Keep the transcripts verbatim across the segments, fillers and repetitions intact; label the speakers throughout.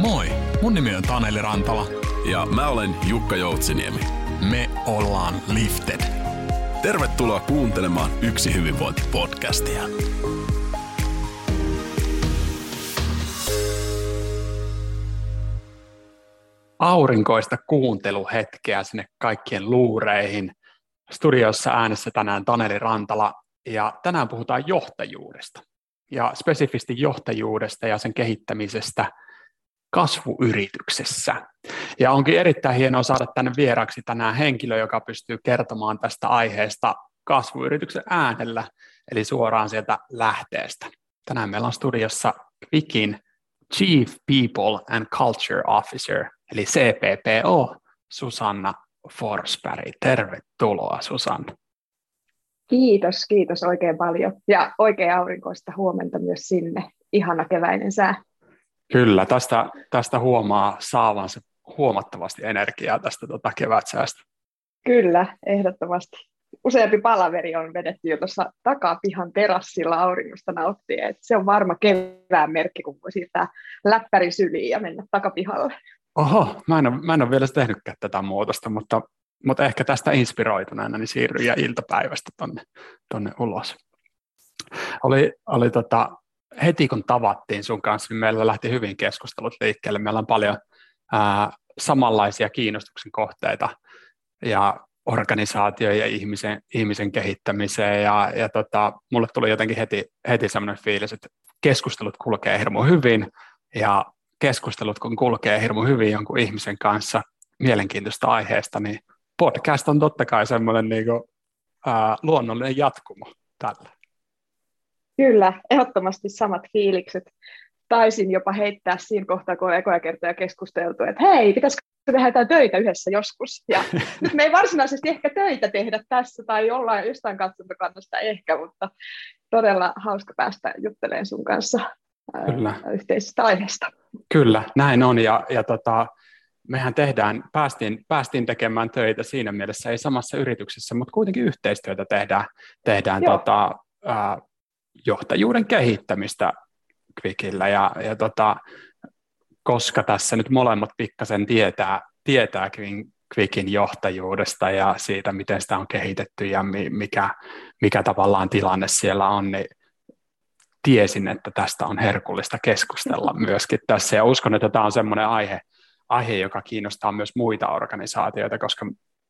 Speaker 1: Moi, mun nimi on Taneli Rantala.
Speaker 2: Ja mä olen Jukka Joutsiniemi.
Speaker 1: Me ollaan Lifted.
Speaker 2: Tervetuloa kuuntelemaan Yksi hyvinvointi-podcastia.
Speaker 1: Aurinkoista kuunteluhetkeä sinne kaikkien luureihin. Studiossa äänessä tänään Taneli Rantala ja tänään puhutaan johtajuudesta. Ja spesifisti johtajuudesta ja sen kehittämisestä kasvuyrityksessä. Ja onkin erittäin hienoa saada tänne vieraksi tänään henkilö, joka pystyy kertomaan tästä aiheesta kasvuyrityksen äänellä, eli suoraan sieltä lähteestä. Tänään meillä on studiossa Quikin Chief People and Culture Officer, eli C P P O, Susanna Forsberg. Tervetuloa, Susanna.
Speaker 3: Kiitos, kiitos oikein paljon. Ja oikein aurinkoista huomenta myös sinne. Ihana keväinen sää.
Speaker 1: Kyllä, tästä, tästä huomaa saavansa huomattavasti energiaa tästä tota kevätsäästä.
Speaker 3: Kyllä, ehdottomasti. Useampi palaveri on vedetty jo tuossa takapihan terassilla auringosta nauttien. Et se on varma kevään merkki, kun voi siirtää läppäri syliin ja mennä takapihalle.
Speaker 1: Oho, mä en ole, mä en ole vielä tehnytkään tätä muutosta, mutta, mutta ehkä tästä inspiroituneena niin siirryn ja iltapäivästä tonne, tonne ulos. Oli, oli tota, heti kun tavattiin sun kanssa, niin meillä lähti hyvin keskustelut liikkeelle. Meillä on paljon ää, samanlaisia kiinnostuksen kohteita ja organisaatio ja ihmisen, ihmisen kehittämiseen. Ja, ja tota, mulle tuli jotenkin heti, heti sellainen fiilis, että keskustelut kulkee hirmu hyvin ja keskustelut kun kulkee hirmu hyvin jonkun ihmisen kanssa mielenkiintoista aiheesta, niin podcast on totta kai semmoinen niin kuin, ää, luonnollinen jatkumo tällä.
Speaker 3: Kyllä, ehdottomasti samat fiilikset. Taisin jopa heittää siinä kohtaa, kun on ekoja kertoja keskusteltu, että hei, pitäisikö tehdä jotain töitä yhdessä joskus. Ja nyt me ei varsinaisesti ehkä töitä tehdä tässä, tai ollaan jostain katsantokannasta ehkä, mutta todella hauska päästä juttelemaan sun kanssa Kyllä. yhteisestä aiheesta.
Speaker 1: Kyllä, näin on, ja, ja tota, mehän tehdään, päästiin, päästiin tekemään töitä siinä mielessä, ei samassa yrityksessä, mutta kuitenkin yhteistyötä tehdään, tehdään tota, ää, johtajuuden kehittämistä Quikillä, ja, ja tota, koska tässä nyt molemmat pikkasen tietää, tietää Quikin johtajuudesta ja siitä, miten sitä on kehitetty ja mikä, mikä tavallaan tilanne siellä on, niin tiesin, että tästä on herkullista keskustella myöskin tässä, ja uskon, että tämä on semmoinen aihe, aihe, joka kiinnostaa myös muita organisaatioita, koska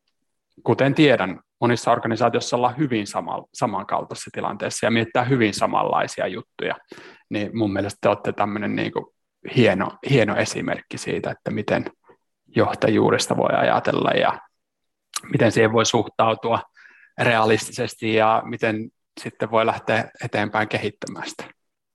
Speaker 1: kuten tiedän, monissa organisaatioissa ollaan hyvin sama, samankaltaisessa tilanteessa ja miettää hyvin samanlaisia juttuja, niin mun mielestä te olette tämmöinen niin kuin hieno, hieno esimerkki siitä, että miten johtajuudesta voi ajatella ja miten siihen voi suhtautua realistisesti ja miten sitten voi lähteä eteenpäin kehittämään sitä.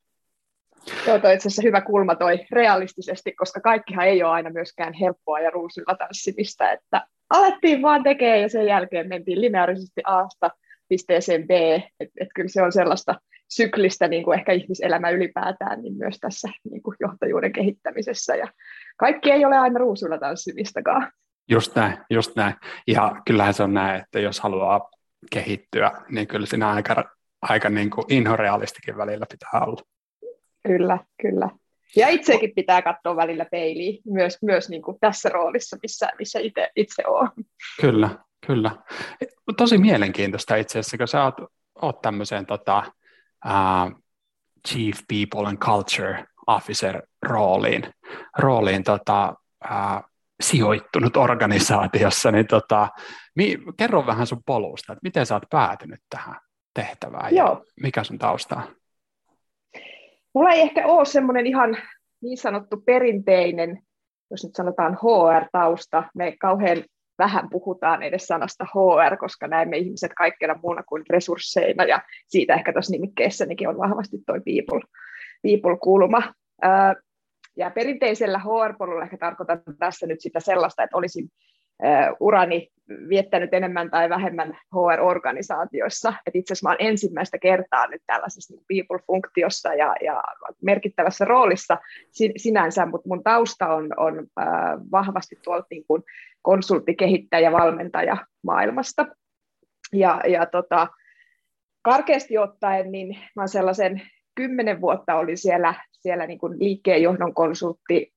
Speaker 3: Joo, toi itse asiassa hyvä kulma toi realistisesti, koska kaikkihan ei ole aina myöskään helppoa ja ruusuilla tanssimista, että alettiin vaan tekemään ja sen jälkeen mentiin lineaarisesti A:sta pisteeseen B, että et kyllä se on sellaista syklistä niin kuin ehkä ihmiselämä ylipäätään, niin myös tässä niin kuin johtajuuden kehittämisessä ja kaikki ei ole aina ruusuilla tanssimistakaan.
Speaker 1: Just näin, just näin. Ja kyllähän se on näin, että jos haluaa kehittyä, niin kyllä siinä aika, aika niin kuin inhorealistikin välillä pitää olla.
Speaker 3: Kyllä, kyllä. Ja itsekin pitää katsoa välillä peiliin, myös, myös niin kuin tässä roolissa, missä, missä itse, itse olen.
Speaker 1: Kyllä, kyllä. Tosi mielenkiintoista itse asiassa, kun sä oot, oot tämmöiseen tota, uh, Chief People and Culture Officer rooliin, rooliin tota, uh, sijoittunut organisaatiossa, niin tota, mi, kerro vähän sun polusta, että miten sä oot päätynyt tähän tehtävään ja Joo. mikä sun tausta on?
Speaker 3: Mulla ei ehkä ole semmoinen ihan niin sanottu perinteinen, jos nyt sanotaan H R-tausta. Me kauhean vähän puhutaan edes sanasta H R, koska näemme ihmiset kaikkena muuna kuin resursseina, ja siitä ehkä tuossa nimikkeessänikin on vahvasti toi people, people-kulma. Ja perinteisellä H R-polulla ehkä tarkoitan tässä nyt sitä sellaista, että olisin urani viettänyt enemmän tai vähemmän H R-organisaatioissa. Et itse asiassa mä olen ensimmäistä kertaa nyt tällaisessa people-funktiossa ja, ja merkittävässä roolissa sinänsä, mutta mun tausta on, on äh, vahvasti tuolta niin kuin konsultti, kehittäjä, valmentaja maailmasta. Ja, ja tota, karkeasti ottaen, niin mä sellaisen kymmenen vuotta olin siellä, siellä niin kuin liikkeenjohdon konsultti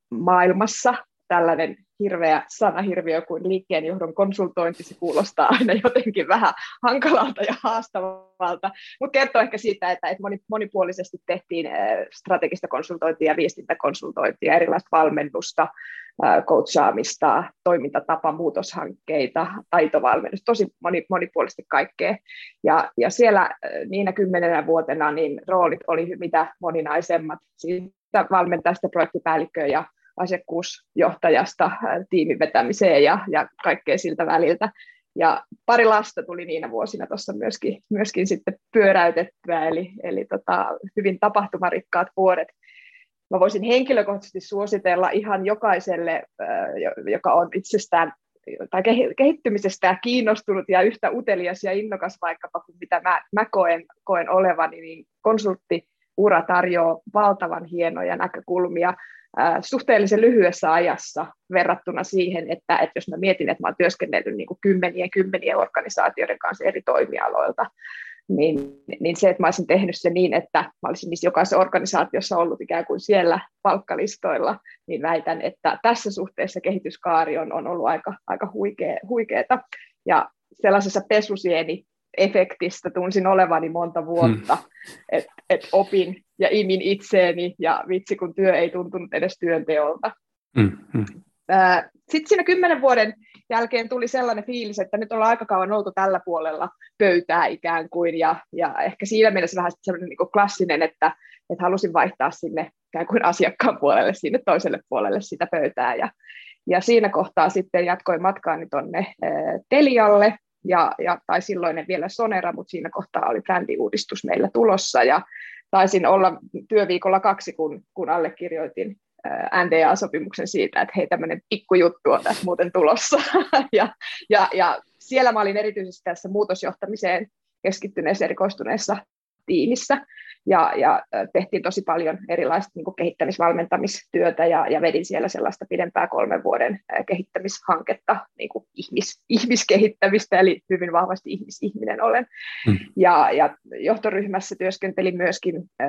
Speaker 3: maailmassa tällainen hirveä sanahirviö kuin liikkeenjohdon konsultointi, se kuulostaa aina jotenkin vähän hankalalta ja haastavalta, mutta kertoo ehkä siitä, että, että monipuolisesti tehtiin strategista konsultointia ja viestintäkonsultointia, erilaista valmennusta, coachaamista, toimintatapa, muutoshankkeita, taitovalmennusta, tosi monipuolisesti kaikkea. Ja, ja siellä niinä kymmenenä vuotena niin roolit oli mitä moninaisemmat, siitä valmentajasta projektipäällikköä ja asiakkuusjohtajasta tiimin vetämiseen ja, ja kaikkea siltä väliltä. Ja pari lasta tuli niinä vuosina tuossa myöskin, myöskin sitten pyöräytettyä, eli, eli tota, hyvin tapahtumarikkaat vuodet. Mä voisin henkilökohtaisesti suositella ihan jokaiselle, joka on itsestään tai kehittymisestä kiinnostunut ja yhtä utelias ja innokas vaikkapa kuin mitä mä, mä koen, koen olevani, niin konsulttiura tarjoaa valtavan hienoja näkökulmia suhteellisen lyhyessä ajassa verrattuna siihen, että, että jos mä mietin, että mä oon työskennellyt niin kuin kymmenien kymmenien organisaatioiden kanssa eri toimialoilta, niin, niin se, että mä olisin tehnyt se niin, että mä olisin niissä jokaisessa organisaatiossa ollut ikään kuin siellä palkkalistoilla, niin väitän, että tässä suhteessa kehityskaari on, on ollut aika, aika huikea, huikeeta. Ja sellaisessa pesusieni-efektistä tunsin olevani monta vuotta, hmm. että et opin ja imin itseeni, ja vitsi kun työ ei tuntunut edes työnteolta. Hmm. Hmm. Sitten siinä kymmenen vuoden jälkeen tuli sellainen fiilis, että nyt ollaan aika kauan oltu tällä puolella pöytää ikään kuin, ja, ja ehkä siinä mielessä vähän sellainen niin kuin klassinen, että, että halusin vaihtaa sinne ikään kuin asiakkaan puolelle, sinne toiselle puolelle sitä pöytää, ja, ja siinä kohtaa sitten jatkoin matkaani tuonne Telialle, ja, ja, tai silloinen vielä Sonera, mutta siinä kohtaa oli brändiuudistus meillä tulossa, ja taisin olla työviikolla kaksi, kun, kun allekirjoitin N D A-sopimuksen siitä, että hei, tämmöinen pikkujuttu on tässä muuten tulossa. ja, ja, ja siellä mä olin erityisesti tässä muutosjohtamiseen keskittyneessä erikoistuneessa tiimissä, ja, ja tehtiin tosi paljon erilaista niin kuin kehittämisvalmentamistyötä, ja, ja vedin siellä sellaista pidempää kolmen vuoden kehittämishanketta, niin kuin ihmis, ihmiskehittämistä, eli hyvin vahvasti ihmisihminen olen. Mm. Ja, ja johtoryhmässä työskentelin myöskin äh,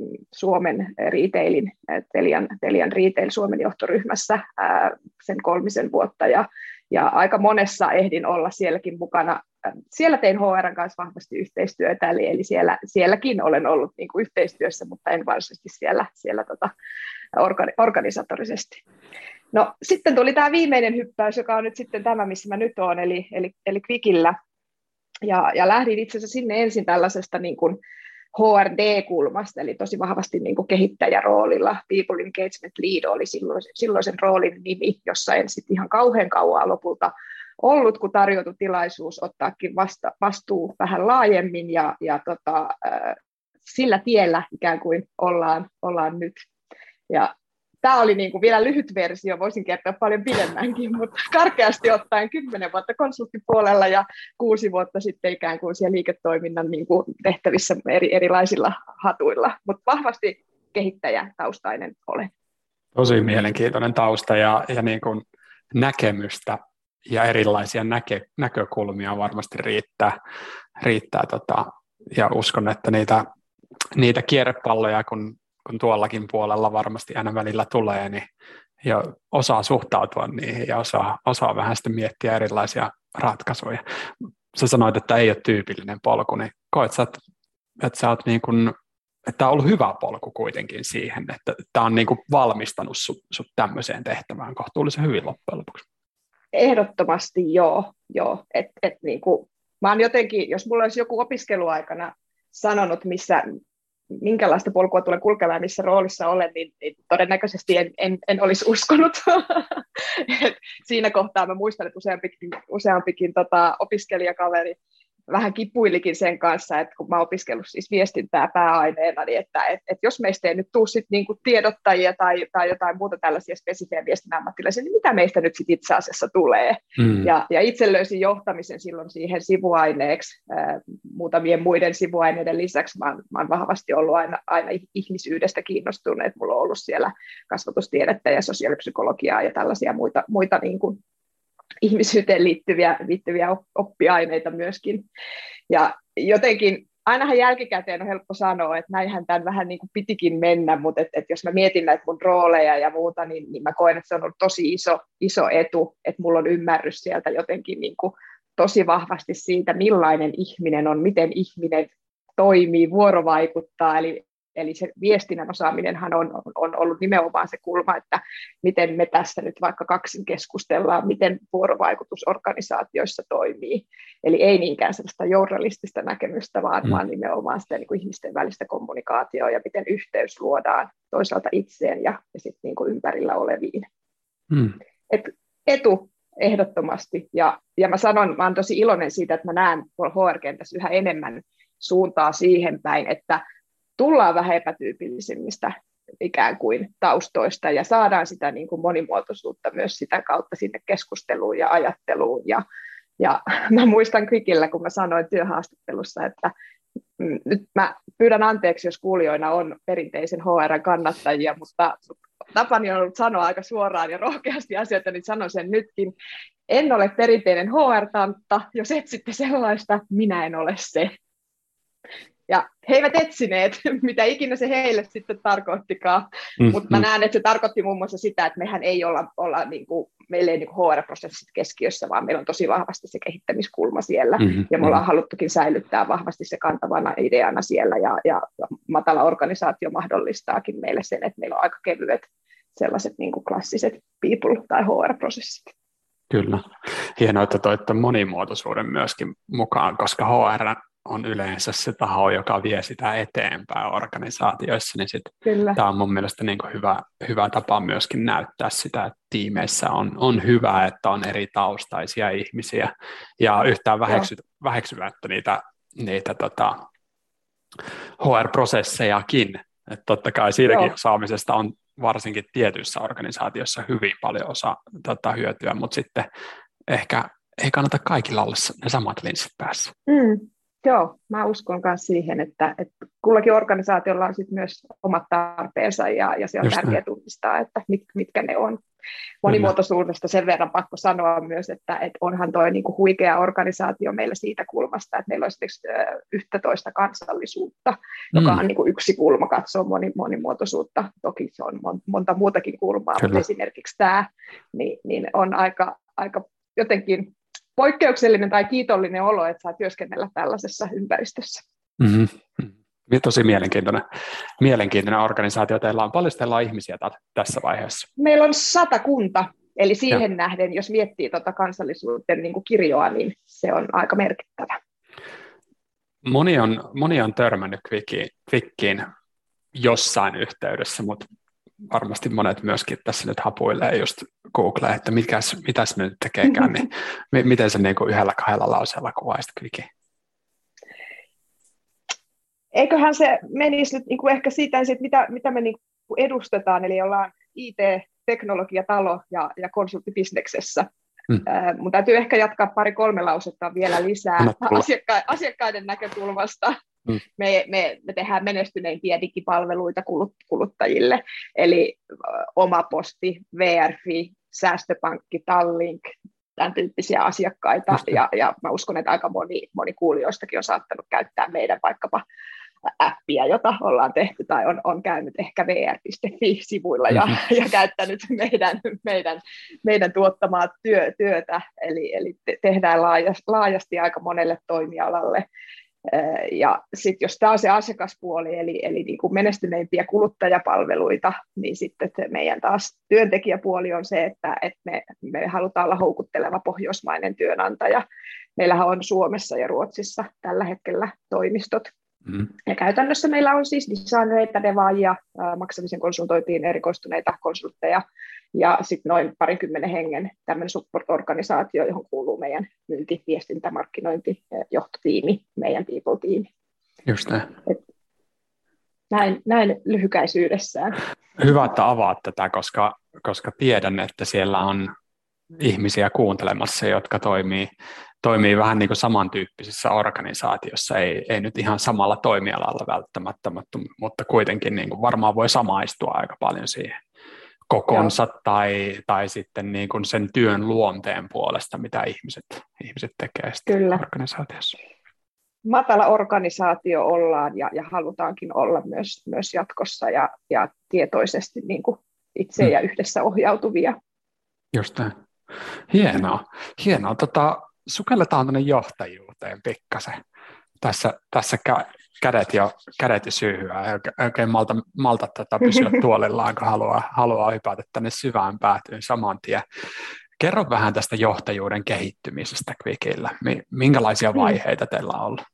Speaker 3: Suomen retailin, Telian, Telian retail Suomen johtoryhmässä äh, sen kolmisen vuotta, ja, ja aika monessa ehdin olla sielläkin mukana. Siellä tein H R:n kanssa vahvasti yhteistyötä, eli, eli siellä, sielläkin olen ollut niin kuin yhteistyössä, mutta en varsinaisesti siellä, siellä tota, organi- organisatorisesti. No, sitten tuli tämä viimeinen hyppäys, joka on nyt sitten tämä, missä mä nyt olen, eli, eli, eli Quickillä. Ja, ja lähdin itse asiassa sinne ensin tällaisesta niin kuin H R D-kulmasta, eli tosi vahvasti niin kuin kehittäjäroolilla. People Engagement Lead oli silloin, silloisen roolin nimi, jossa en sitten ihan kauhean kauan lopulta ollut, kun tarjottu tilaisuus ottaakin vasta, vastuu vähän laajemmin, ja, ja tota, äh, sillä tiellä ikään kuin ollaan, ollaan nyt. Ja tämä oli niin kuin vielä lyhyt versio, voisin kertoa paljon pidemmänkin, mutta karkeasti ottaen kymmenen vuotta konsulttipuolella ja kuusi vuotta sitten ikään kuin siellä liiketoiminnan niin kuin tehtävissä eri, erilaisilla hatuilla, mutta vahvasti kehittäjätaustainen olen.
Speaker 1: Tosi mielenkiintoinen tausta ja, ja niin kuin näkemystä ja erilaisia näke, näkökulmia varmasti riittää, riittää tota, ja uskon, että niitä, niitä kierrepalloja, kun, kun tuollakin puolella varmasti aina välillä tulee, niin ja osaa suhtautua niihin ja osaa, osaa vähän sitten miettiä erilaisia ratkaisuja. Sä sanoit, että ei ole tyypillinen polku, niin koet sä, että, että sä oot niin kuin, että tämä on ollut hyvä polku kuitenkin siihen, että tämä on niin kuin valmistanut sut, sut tämmöiseen tehtävään kohtuullisen hyvin loppujen lopuksi.
Speaker 3: Ehdottomasti joo, joo. Et, et niinku, mä oon jotenkin, jos mulla olisi joku opiskeluaikana sanonut, missä, minkälaista polkua tulee kulkemaan, missä roolissa olen, niin, niin todennäköisesti en, en, en olisi uskonut. Et siinä kohtaa mä muistan, että useampikin, useampikin tota, opiskelijakaveri vähän kipuilikin sen kanssa, että kun mä oon opiskellut siis viestintää pääaineena, niin että et, et jos meistä ei nyt tule sit niinku tiedottajia tai, tai jotain muuta tällaisia spesifejä viestinnän ammattilaisia, niin mitä meistä nyt sit itse asiassa tulee? Mm. Ja, ja itse löysin johtamisen silloin siihen sivuaineeksi, ää, muutamien muiden sivuaineiden lisäksi. Mä oon, mä oon vahvasti ollut aina, aina ihmisyydestä kiinnostunut, että mulla on ollut siellä kasvatustiedettä ja sosiaalipsykologiaa ja tällaisia muita, muita niin kuin ihmisyyteen liittyviä, liittyviä oppiaineita myöskin. Ja jotenkin ainahan jälkikäteen on helppo sanoa, että näinhän tämän vähän niin kuin pitikin mennä, mutta et, et jos mä mietin näitä mun rooleja ja muuta, niin, niin mä koen, että se on ollut tosi iso, iso etu, että mulla on ymmärrys sieltä jotenkin niin kuin tosi vahvasti siitä, millainen ihminen on, miten ihminen toimii, vuorovaikuttaa, eli Eli se viestinnän osaaminenhan on, on, on ollut nimenomaan se kulma, että miten me tässä nyt vaikka kaksin keskustellaan, miten vuorovaikutus organisaatioissa toimii. Eli ei niinkään sellaista journalistista näkemystä, vaan, mm. vaan nimenomaan sitä niin kuin ihmisten välistä kommunikaatioa ja miten yhteys luodaan toisaalta itseen ja, ja sitten niin kuin ympärillä oleviin. Mm. Et, etu ehdottomasti. Ja, ja mä sanon, mä olen tosi iloinen siitä, että mä näen H R-kentässä yhä enemmän suuntaa siihen päin, että tullaan vähän epätyypillisemmistä ikään kuin taustoista ja saadaan sitä niin kuin monimuotoisuutta myös sitä kautta sinne keskusteluun ja ajatteluun. Ja, ja mä muistan Quickillä, kun mä sanoin työhaastattelussa, että mm, nyt mä pyydän anteeksi, jos kuulijoina on perinteisen H R-kannattajia, mutta tapani on ollut sanoa aika suoraan ja rohkeasti asioita, niin sanon sen nytkin. En ole perinteinen H R-tantta, jos etsitte sellaista, minä en ole se. Ja he eivät etsineet, mitä ikinä se heille sitten tarkoittikaan, mm, mutta mä mm. näen, että se tarkoitti muun muassa sitä, että mehän ei olla, olla niin kuin, meillä ei niin kuin H R-prosessit keskiössä, vaan meillä on tosi vahvasti se kehittämiskulma siellä, mm-hmm, ja me ollaan mm. haluttukin säilyttää vahvasti se kantavana ideana siellä, ja, ja matala organisaatio mahdollistaakin meille sen, että meillä on aika kevyet sellaiset niin kuin klassiset people- tai H R-prosessit.
Speaker 1: Kyllä. Hienoa, että toitte monimuotoisuuden myöskin mukaan, koska H R on yleensä se taho, joka vie sitä eteenpäin organisaatioissa, niin sit tämä on mun mielestä niin kuin hyvä, hyvä tapa myöskin näyttää sitä, että tiimeissä on, on hyvä, että on eri taustaisia ihmisiä, ja yhtään väheksy, väheksymättä niitä, niitä tota, H R-prosessejakin, että totta kai siitäkin Joo. osaamisesta on varsinkin tietyissä organisaatioissa hyvin paljon osa tota, hyötyä, mutta sitten ehkä ei kannata kaikilla olla ne samat linssit päässä.
Speaker 3: Mm. Joo, mä uskon myös siihen, että, että kullakin organisaatiolla on sit myös omat tarpeensa ja, ja se on Just tärkeää näin. tunnistaa, että mit, mitkä ne on. Monimuotoisuudesta sen verran pakko sanoa myös, että, että onhan toi niinku huikea organisaatio meillä siitä kulmasta, että meillä on esimerkiksi yksitoista kansallisuutta, mm. joka on niinku yksi kulma katsoa moni, monimuotoisuutta. Toki se on monta muutakin kulmaa, Kyllä. mutta esimerkiksi tämä niin, niin on aika, aika jotenkin poikkeuksellinen tai kiitollinen olo, että saa työskennellä tällaisessa ympäristössä.
Speaker 1: Mm-hmm. Tosi mielenkiintoinen, mielenkiintoinen organisaatio. Teillä on paljon teillä on ihmisiä tässä vaiheessa.
Speaker 3: Meillä on sata kunta, eli siihen ja. nähden, jos miettii tuota kansallisuuden niin kuin kirjoa, niin se on aika merkittävä.
Speaker 1: Moni on, moni on törmännyt Quickiin, Quickiin jossain yhteydessä, mutta varmasti monet myöskin tässä nyt hapuilee just Googleen, että mitäs, mitäs me nyt tekeekään, niin miten se niin kuin yhdellä kahdella lauseella kuvaisit Quickiin?
Speaker 3: Eiköhän se menisi nyt niin kuin ehkä siitä, että mitä, mitä me niin kuin edustetaan, eli ollaan I T-teknologiatalo ja, ja konsulttibisneksessä. Mm. Äh, mun täytyy ehkä jatkaa pari-kolme lausetta vielä lisää asiakka- asiakkaiden näkökulmasta. Mm. Me, me, me tehdään menestyneimpiä digipalveluita kulut, kuluttajille, eli äh, Omaposti, V R F I, Säästöpankki, Tallink, tämän tyyppisiä asiakkaita, ja, ja mä uskon, että aika moni, moni kuulijoistakin on saattanut käyttää meidän vaikkapa appia, jota ollaan tehty, tai on, on käynyt ehkä V R piste F I-sivuilla ja, mm-hmm. ja käyttänyt meidän, meidän, meidän tuottamaa työ, työtä, eli, eli te, tehdään laajasti, laajasti aika monelle toimialalle. Ja sitten jos tämä on se asiakaspuoli, eli, eli niin kuin menestyneimpiä kuluttajapalveluita, niin sitten meidän taas työntekijäpuoli on se, että, että me, me halutaan olla houkutteleva pohjoismainen työnantaja. Meillähän on Suomessa ja Ruotsissa tällä hetkellä toimistot. Mm. Ja käytännössä meillä on siis designereita, devaajia, maksamisen konsultointiin erikoistuneita konsultteja ja sitten noin parinkymmenen hengen tämmöinen support-organisaatio, johon kuuluu meidän myynti, viestintä, markkinointi, johtotiimi, meidän people-tiimi.
Speaker 1: Just näin.
Speaker 3: Et näin, näin lyhykäisyydessään.
Speaker 1: Hyvä, että avaat tätä, koska, koska tiedän, että siellä on ihmisiä kuuntelemassa, jotka toimii toimii vähän niin kuin samantyyppisissä organisaatiossa, ei, ei nyt ihan samalla toimialalla välttämättä, mutta, mutta kuitenkin niin kuin varmaan voi samaistua aika paljon siihen kokonsa tai, tai sitten niin kuin sen työn luonteen puolesta, mitä ihmiset, ihmiset tekee sitten organisaatiossa.
Speaker 3: matala organisaatio ollaan ja, ja halutaankin olla myös, myös jatkossa ja, ja tietoisesti niin kuin itse
Speaker 1: Hmm.
Speaker 3: ja yhdessä ohjautuvia.
Speaker 1: Just näin. Hienoa. Hienoa. Tota, sukelletaan tuonne johtajuuteen pikkasen. Tässä, tässä kä- kädet jo, kädet jo syyhyä. Ei oikein, oikein malta, malta tota pysyä tuolillaan, kun haluaa, haluaa hypätä tänne syvään päätyyn saman tien. Kerro vähän tästä johtajuuden kehittymisestä Quickillä. Minkälaisia vaiheita teillä on ollut?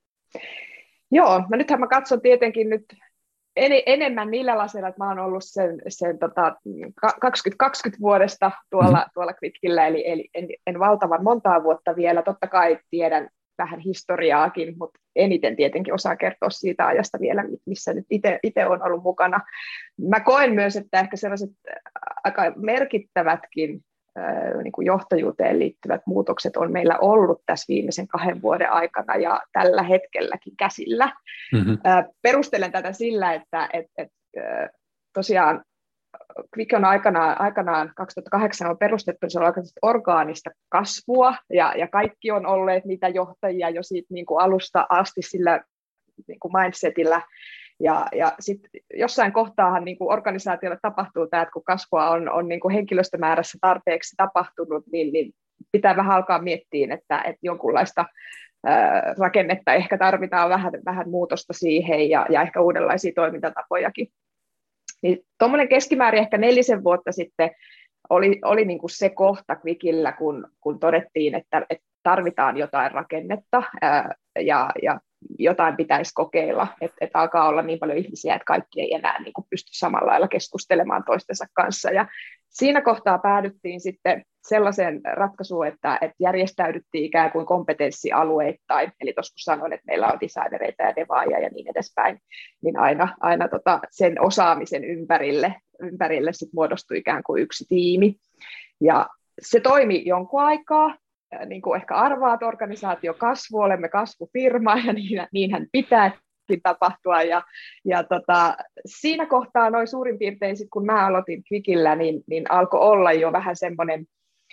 Speaker 3: Joo, no nythän mä katson tietenkin nyt en, enemmän niillä laseilla, että mä oon ollut sen, sen tota, kaksikymmentä kaksikymmentä vuodesta tuolla, mm-hmm. tuolla Quickillä, eli, eli en, en valtavan montaa vuotta vielä. Totta kai tiedän vähän historiaakin, mutta eniten tietenkin osaa kertoa siitä ajasta vielä, missä nyt itse olen ollut mukana. Mä koen myös, että ehkä sellaiset aika merkittävätkin niin kuin johtajuuteen liittyvät muutokset on meillä ollut tässä viimeisen kahden vuoden aikana ja tällä hetkelläkin käsillä. Mm-hmm. Perustelen tätä sillä, että et, et, tosiaan Quick on aikanaan, aikanaan kaksituhattakahdeksan on perustettu, se on aika orgaanista kasvua ja, ja kaikki on olleet niitä johtajia jo siitä niin kuin alusta asti sillä niin kuin mindsetillä. Ja, ja sitten jossain kohtaahan niin kuin organisaatiolle tapahtuu tämä, että kun kasvua on, on niin kuin henkilöstömäärässä tarpeeksi tapahtunut, niin, niin pitää vähän alkaa miettiä, että, että jonkunlaista ää, rakennetta ehkä tarvitaan vähän, vähän muutosta siihen ja, ja ehkä uudenlaisia toimintatapojakin. Niin tuommoinen keskimäärin ehkä nelisen vuotta sitten oli, oli niin kuin se kohta Quickillä, kun, kun todettiin, että, että tarvitaan jotain rakennetta ää, ja, ja jotain pitäisi kokeilla, että, että alkaa olla niin paljon ihmisiä, että kaikki ei enää niin kuin pysty samalla lailla keskustelemaan toistensa kanssa. Ja siinä kohtaa päädyttiin sitten sellaiseen ratkaisuun, että, että järjestäydyttiin ikään kuin kompetenssialueittain, eli tuossa kun sanoin, että meillä on designereita ja devaajia ja niin edespäin, niin aina, aina tota sen osaamisen ympärille, ympärille sit muodostui ikään kuin yksi tiimi. Ja se toimi jonkun aikaa. Niin kuin ehkä arvaat, organisaatio kasvu, olemme kasvufirma ja niin, niinhän pitääkin tapahtua. Ja, ja tota, siinä kohtaa noin suurin piirtein, sit kun mä aloitin Quickillä, niin, niin alkoi olla jo vähän semmoinen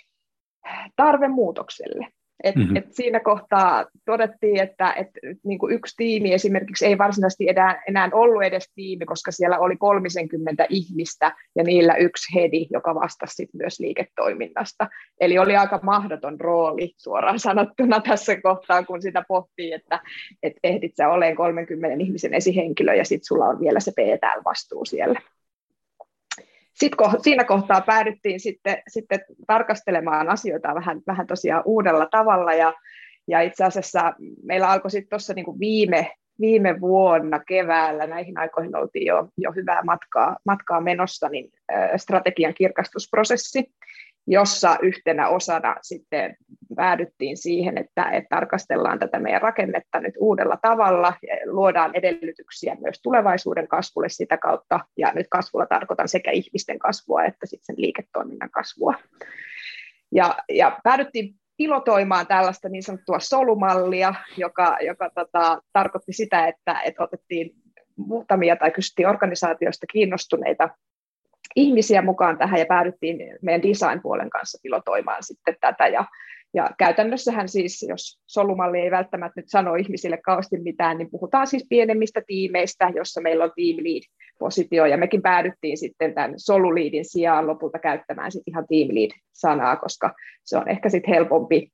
Speaker 3: tarve muutokselle. Et, mm-hmm. et siinä kohtaa todettiin, että et, niin kuin yksi tiimi esimerkiksi ei varsinaisesti enää, enää ollut edes tiimi, koska siellä oli kolmekymmentä ihmistä ja niillä yksi hedi, joka vastasi sit myös liiketoiminnasta. Eli oli aika mahdoton rooli suoraan sanottuna tässä kohtaa, kun sitä pohtii, että et ehdit sä oleen kolmenkymmenen ihmisen esihenkilö ja sitten sulla on vielä se P T L-vastuu siellä. Sitten siinä kohtaa päädyttiin sitten, sitten tarkastelemaan asioita vähän, vähän tosiaan uudella tavalla ja, ja itse asiassa meillä alkoi sitten tuossa niin kuin viime, viime vuonna keväällä, näihin aikoihin oltiin jo, jo hyvää matkaa, matkaa menossa, niin äh, strategian kirkastusprosessi, jossa yhtenä osana sitten päädyttiin siihen, että, että tarkastellaan tätä meidän rakennetta nyt uudella tavalla ja luodaan edellytyksiä myös tulevaisuuden kasvulle sitä kautta, ja nyt kasvulla tarkoitan sekä ihmisten kasvua että sitten sen liiketoiminnan kasvua. Ja, ja päädyttiin pilotoimaan tällaista niin sanottua solumallia, joka, joka tota, tarkoitti sitä, että, että otettiin muutamia tai kysyttiin organisaatioista kiinnostuneita ihmisiä mukaan tähän ja päädyttiin meidän design-puolen kanssa pilotoimaan sitten tätä. Ja, ja käytännössähän siis, jos solumalli ei välttämättä nyt sano ihmisille kauheasti mitään, niin puhutaan siis pienemmistä tiimeistä, jossa meillä on team lead-positio, ja mekin päädyttiin sitten tämän soluliidin sijaan lopulta käyttämään sitten ihan team lead-sanaa, koska se on ehkä sitten helpompi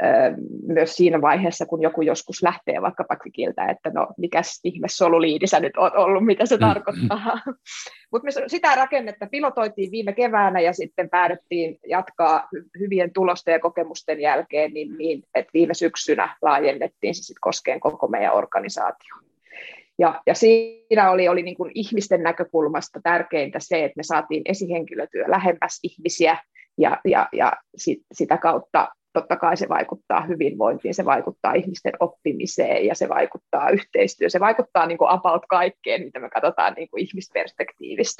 Speaker 3: myös siinä vaiheessa, kun joku joskus lähtee vaikkapa Quickiltä, että no mikäs ihme soluliidi sä nyt oot ollut, mitä se tarkoittaa. Mutta sitä rakennetta pilotoitiin viime keväänä ja sitten päädyttiin jatkaa hyvien tulosten ja kokemusten jälkeen niin, niin että viime syksynä laajennettiin se sitten koskeen koko meidän organisaatioon. Ja, ja siinä oli, oli niin kuin ihmisten näkökulmasta tärkeintä se, että me saatiin esihenkilötyö lähemmäs ihmisiä ja, ja, ja sit, sitä kautta totta kai se vaikuttaa hyvinvointiin, se vaikuttaa ihmisten oppimiseen ja se vaikuttaa yhteistyöhön, se vaikuttaa niin kuin about kaikkeen, mitä me katsotaan niin kuin ihmisperspektiivistä.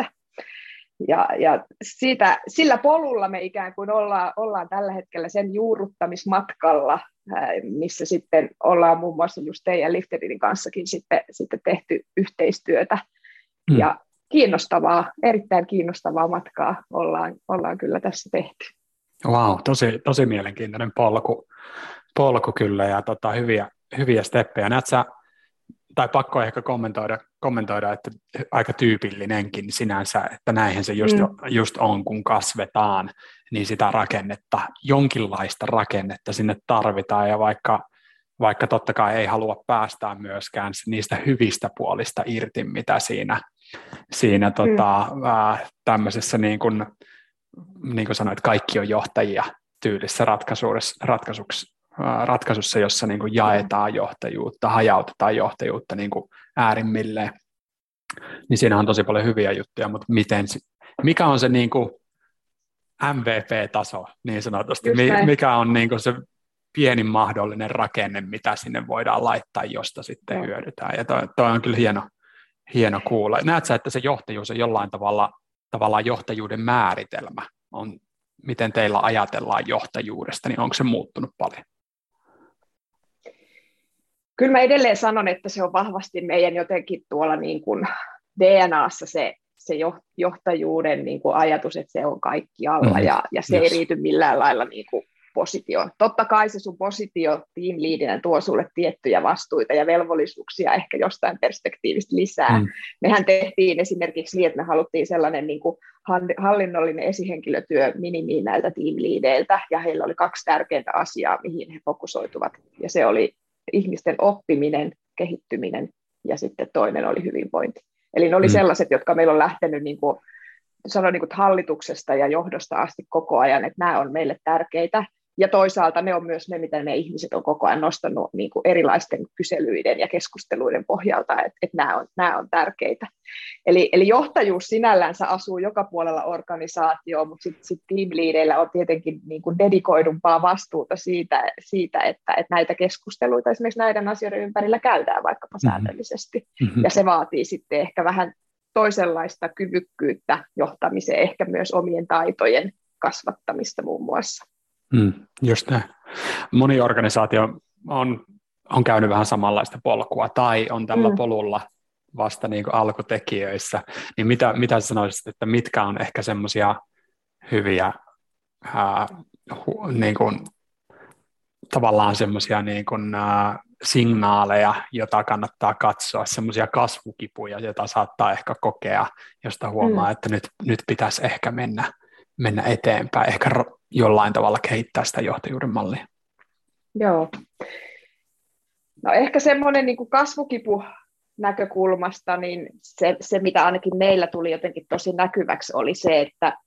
Speaker 3: Ja, ja siitä, sillä polulla me ikään kuin ollaan, ollaan tällä hetkellä sen juurruttamismatkalla, missä sitten ollaan muun muassa just teidän Lifterin kanssakin sitten, sitten tehty yhteistyötä. Hmm. Ja kiinnostavaa, erittäin kiinnostavaa matkaa ollaan, ollaan kyllä tässä tehty.
Speaker 1: Wow, tosi, tosi mielenkiintoinen polku, polku kyllä ja tota, hyviä, hyviä steppejä. Näet sä, tai pakko ehkä kommentoida, kommentoida, että aika tyypillinenkin sinänsä, että näinhän se just, mm. just on, kun kasvetaan, niin sitä rakennetta, jonkinlaista rakennetta sinne tarvitaan, ja vaikka, vaikka totta kai ei halua päästää myöskään niistä hyvistä puolista irti, mitä siinä, siinä mm. tota, äh, tämmöisessä niin kuin, niin kuin sanoit, kaikki on johtajia tyylissä ratkaisussa, ratkaisuksi, ratkaisussa, jossa niin kuin jaetaan johtajuutta, hajautetaan johtajuutta niin kuin äärimmilleen, niin siinä on tosi paljon hyviä juttuja, mutta miten, mikä on se niin kuin M V P-taso niin sanotusti, mikä on niin kuin se pienin mahdollinen rakenne, mitä sinne voidaan laittaa, josta sitten no. hyödytään, ja toi, toi on kyllä hieno, hieno kuulla. Näetkö, että se johtajuus on jollain tavalla tavallaan johtajuuden määritelmä on, miten teillä ajatellaan johtajuudesta, niin onko se muuttunut paljon?
Speaker 3: Kyllä mä edelleen sanon, että se on vahvasti meidän jotenkin tuolla niin kuin D N A:ssa se, se johtajuuden niin kuin ajatus, että se on kaikkialla, mm, ja, ja se yes. ei riity millään lailla niin kuin positioon. Totta kai se sun positio team leadinä tuo sulle tiettyjä vastuita ja velvollisuuksia ehkä jostain perspektiivistä lisää. Mm. Mehän tehtiin esimerkiksi niin, että me haluttiin sellainen niin kuin hallinnollinen esihenkilötyö minimiin näiltä team leadeiltä, ja heillä oli kaksi tärkeintä asiaa, mihin he fokusoituvat, ja se oli ihmisten oppiminen, kehittyminen, ja sitten toinen oli hyvinvointi. Eli ne oli mm. sellaiset, jotka meillä on lähtenyt niin kuin, sanon, niin kuin hallituksesta ja johdosta asti koko ajan, että nämä on meille tärkeitä. Ja toisaalta ne on myös ne, mitä me ihmiset on koko ajan nostanut niin kuin erilaisten kyselyiden ja keskusteluiden pohjalta, että, että nämä, on, nämä on tärkeitä. Eli, eli johtajuus sinällänsä asuu joka puolella organisaatioon, mutta sitten sit team leadeillä on tietenkin niin kuin dedikoidumpaa vastuuta siitä, siitä että, että näitä keskusteluita esimerkiksi näiden asioiden ympärillä käydään vaikkapa säännöllisesti. Mm-hmm. Ja se vaatii sitten ehkä vähän toisenlaista kyvykkyyttä johtamiseen, ehkä myös omien taitojen kasvattamista muun muassa.
Speaker 1: Mm, just näin. Moni organisaatio on, on käynyt vähän samanlaista polkua tai on tällä mm. polulla vasta niin kuin alkutekijöissä. Niin mitä, mitä sanoisit, että mitkä on ehkä semmoisia hyviä ää, hu, niin kuin, tavallaan semmoisia niin kuin, ää, signaaleja, joita kannattaa katsoa, semmoisia kasvukipuja, joita saattaa ehkä kokea, josta huomaa, mm. että nyt, nyt pitäisi ehkä mennä, mennä eteenpäin, ehkä jollain tavalla kehittää sitä johtajuuden mallia.
Speaker 3: Joo. No ehkä semmoinen niin kuin kasvukipu näkökulmasta, niin se, se, mitä ainakin meillä tuli jotenkin tosi näkyväksi, oli se, että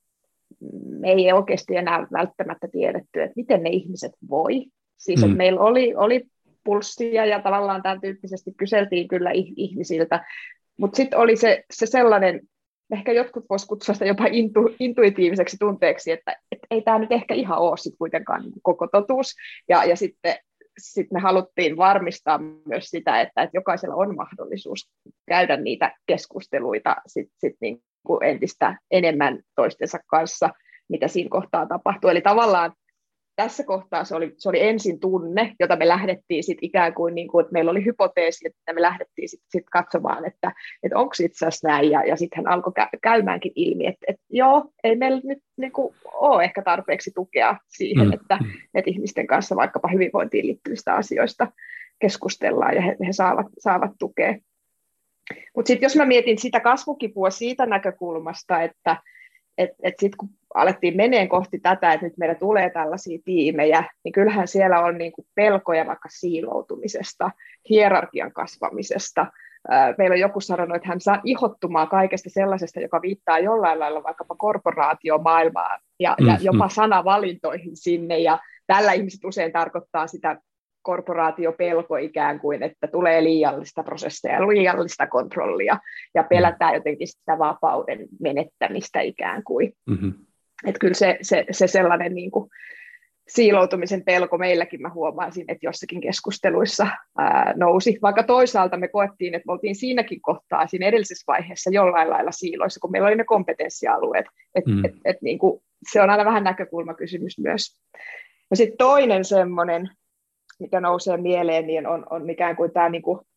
Speaker 3: me ei oikeasti enää välttämättä tiedetty, että miten ne ihmiset voi. Siis, että mm. meillä oli, oli pulssia ja tavallaan tämän tyyppisesti kyseltiin kyllä ihmisiltä, mutta sitten oli se, se sellainen, ehkä jotkut voisivat kutsua sitä jopa intu, intuitiiviseksi tunteeksi, että et ei tämä nyt ehkä ihan ole sit kuitenkaan niin koko totuus. Ja, ja sitten sit me haluttiin varmistaa myös sitä, että, että jokaisella on mahdollisuus käydä niitä keskusteluita sit, sit niin kuin entistä enemmän toistensa kanssa, mitä siinä kohtaa tapahtuu. Eli tavallaan tässä kohtaa se oli, se oli ensin tunne, jota me lähdettiin sit ikään kuin, niin kuin, että meillä oli hypoteesi, että me lähdettiin sitten sit katsomaan, että, että onko itse asiassa näin, ja, ja sitten hän alkoi käymäänkin ilmi, että, että joo, ei meillä nyt niin kuin, ole ehkä tarpeeksi tukea siihen, mm. että, että ihmisten kanssa vaikkapa hyvinvointiin liittyvistä asioista keskustellaan, ja he, he saavat, saavat tukea. Mutta sitten jos mä mietin sitä kasvukipua siitä näkökulmasta, että Että et sitten kun alettiin meneen kohti tätä, että nyt meillä tulee tällaisia tiimejä, niin kyllähän siellä on niinku pelkoja vaikka siiloutumisesta, hierarkian kasvamisesta. Meillä on joku sanonut, että hän saa ihottumaan kaikesta sellaisesta, joka viittaa jollain lailla vaikkapa korporaatiomaailmaan ja, mm-hmm. ja jopa sanavalintoihin sinne. Ja tällä ihmiset usein tarkoittaa sitä korporaatiopelko ikään kuin, että tulee liiallista prosessia, liiallista kontrollia ja pelätään jotenkin sitä vapauden menettämistä ikään kuin. Mm-hmm. Että kyllä se, se, se sellainen niin kuin siiloutumisen pelko meilläkin mä huomaisin, että jossakin keskusteluissa ää, nousi, vaikka toisaalta me koettiin, että me oltiin siinäkin kohtaa siinä edellisessä vaiheessa jollain lailla siiloissa, kun meillä oli ne kompetenssialueet, että mm. et, et, niin kuin, se on aina vähän näkökulmakysymys myös. Ja sitten toinen semmoinen, mikä nousee mieleen, niin on, on ikään kuin tämä niin kuin,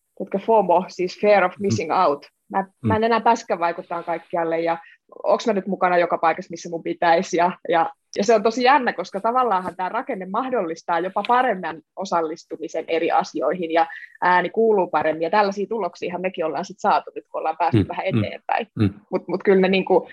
Speaker 3: FOMO, siis fear of missing out. Mä, mm. mä en enää pääskään vaikuttaa kaikkialle, ja onko mä nyt mukana joka paikassa, missä mun pitäisi, ja, ja Ja se on tosi jännä, koska tavallaanhan tämä rakenne mahdollistaa jopa paremman osallistumisen eri asioihin ja ääni kuuluu paremmin. Ja tällaisia tuloksia mekin ollaan sit saatu nyt, kun ollaan päästy mm, vähän eteenpäin. Mm, mm. Mutta mut kyllä ne niinku,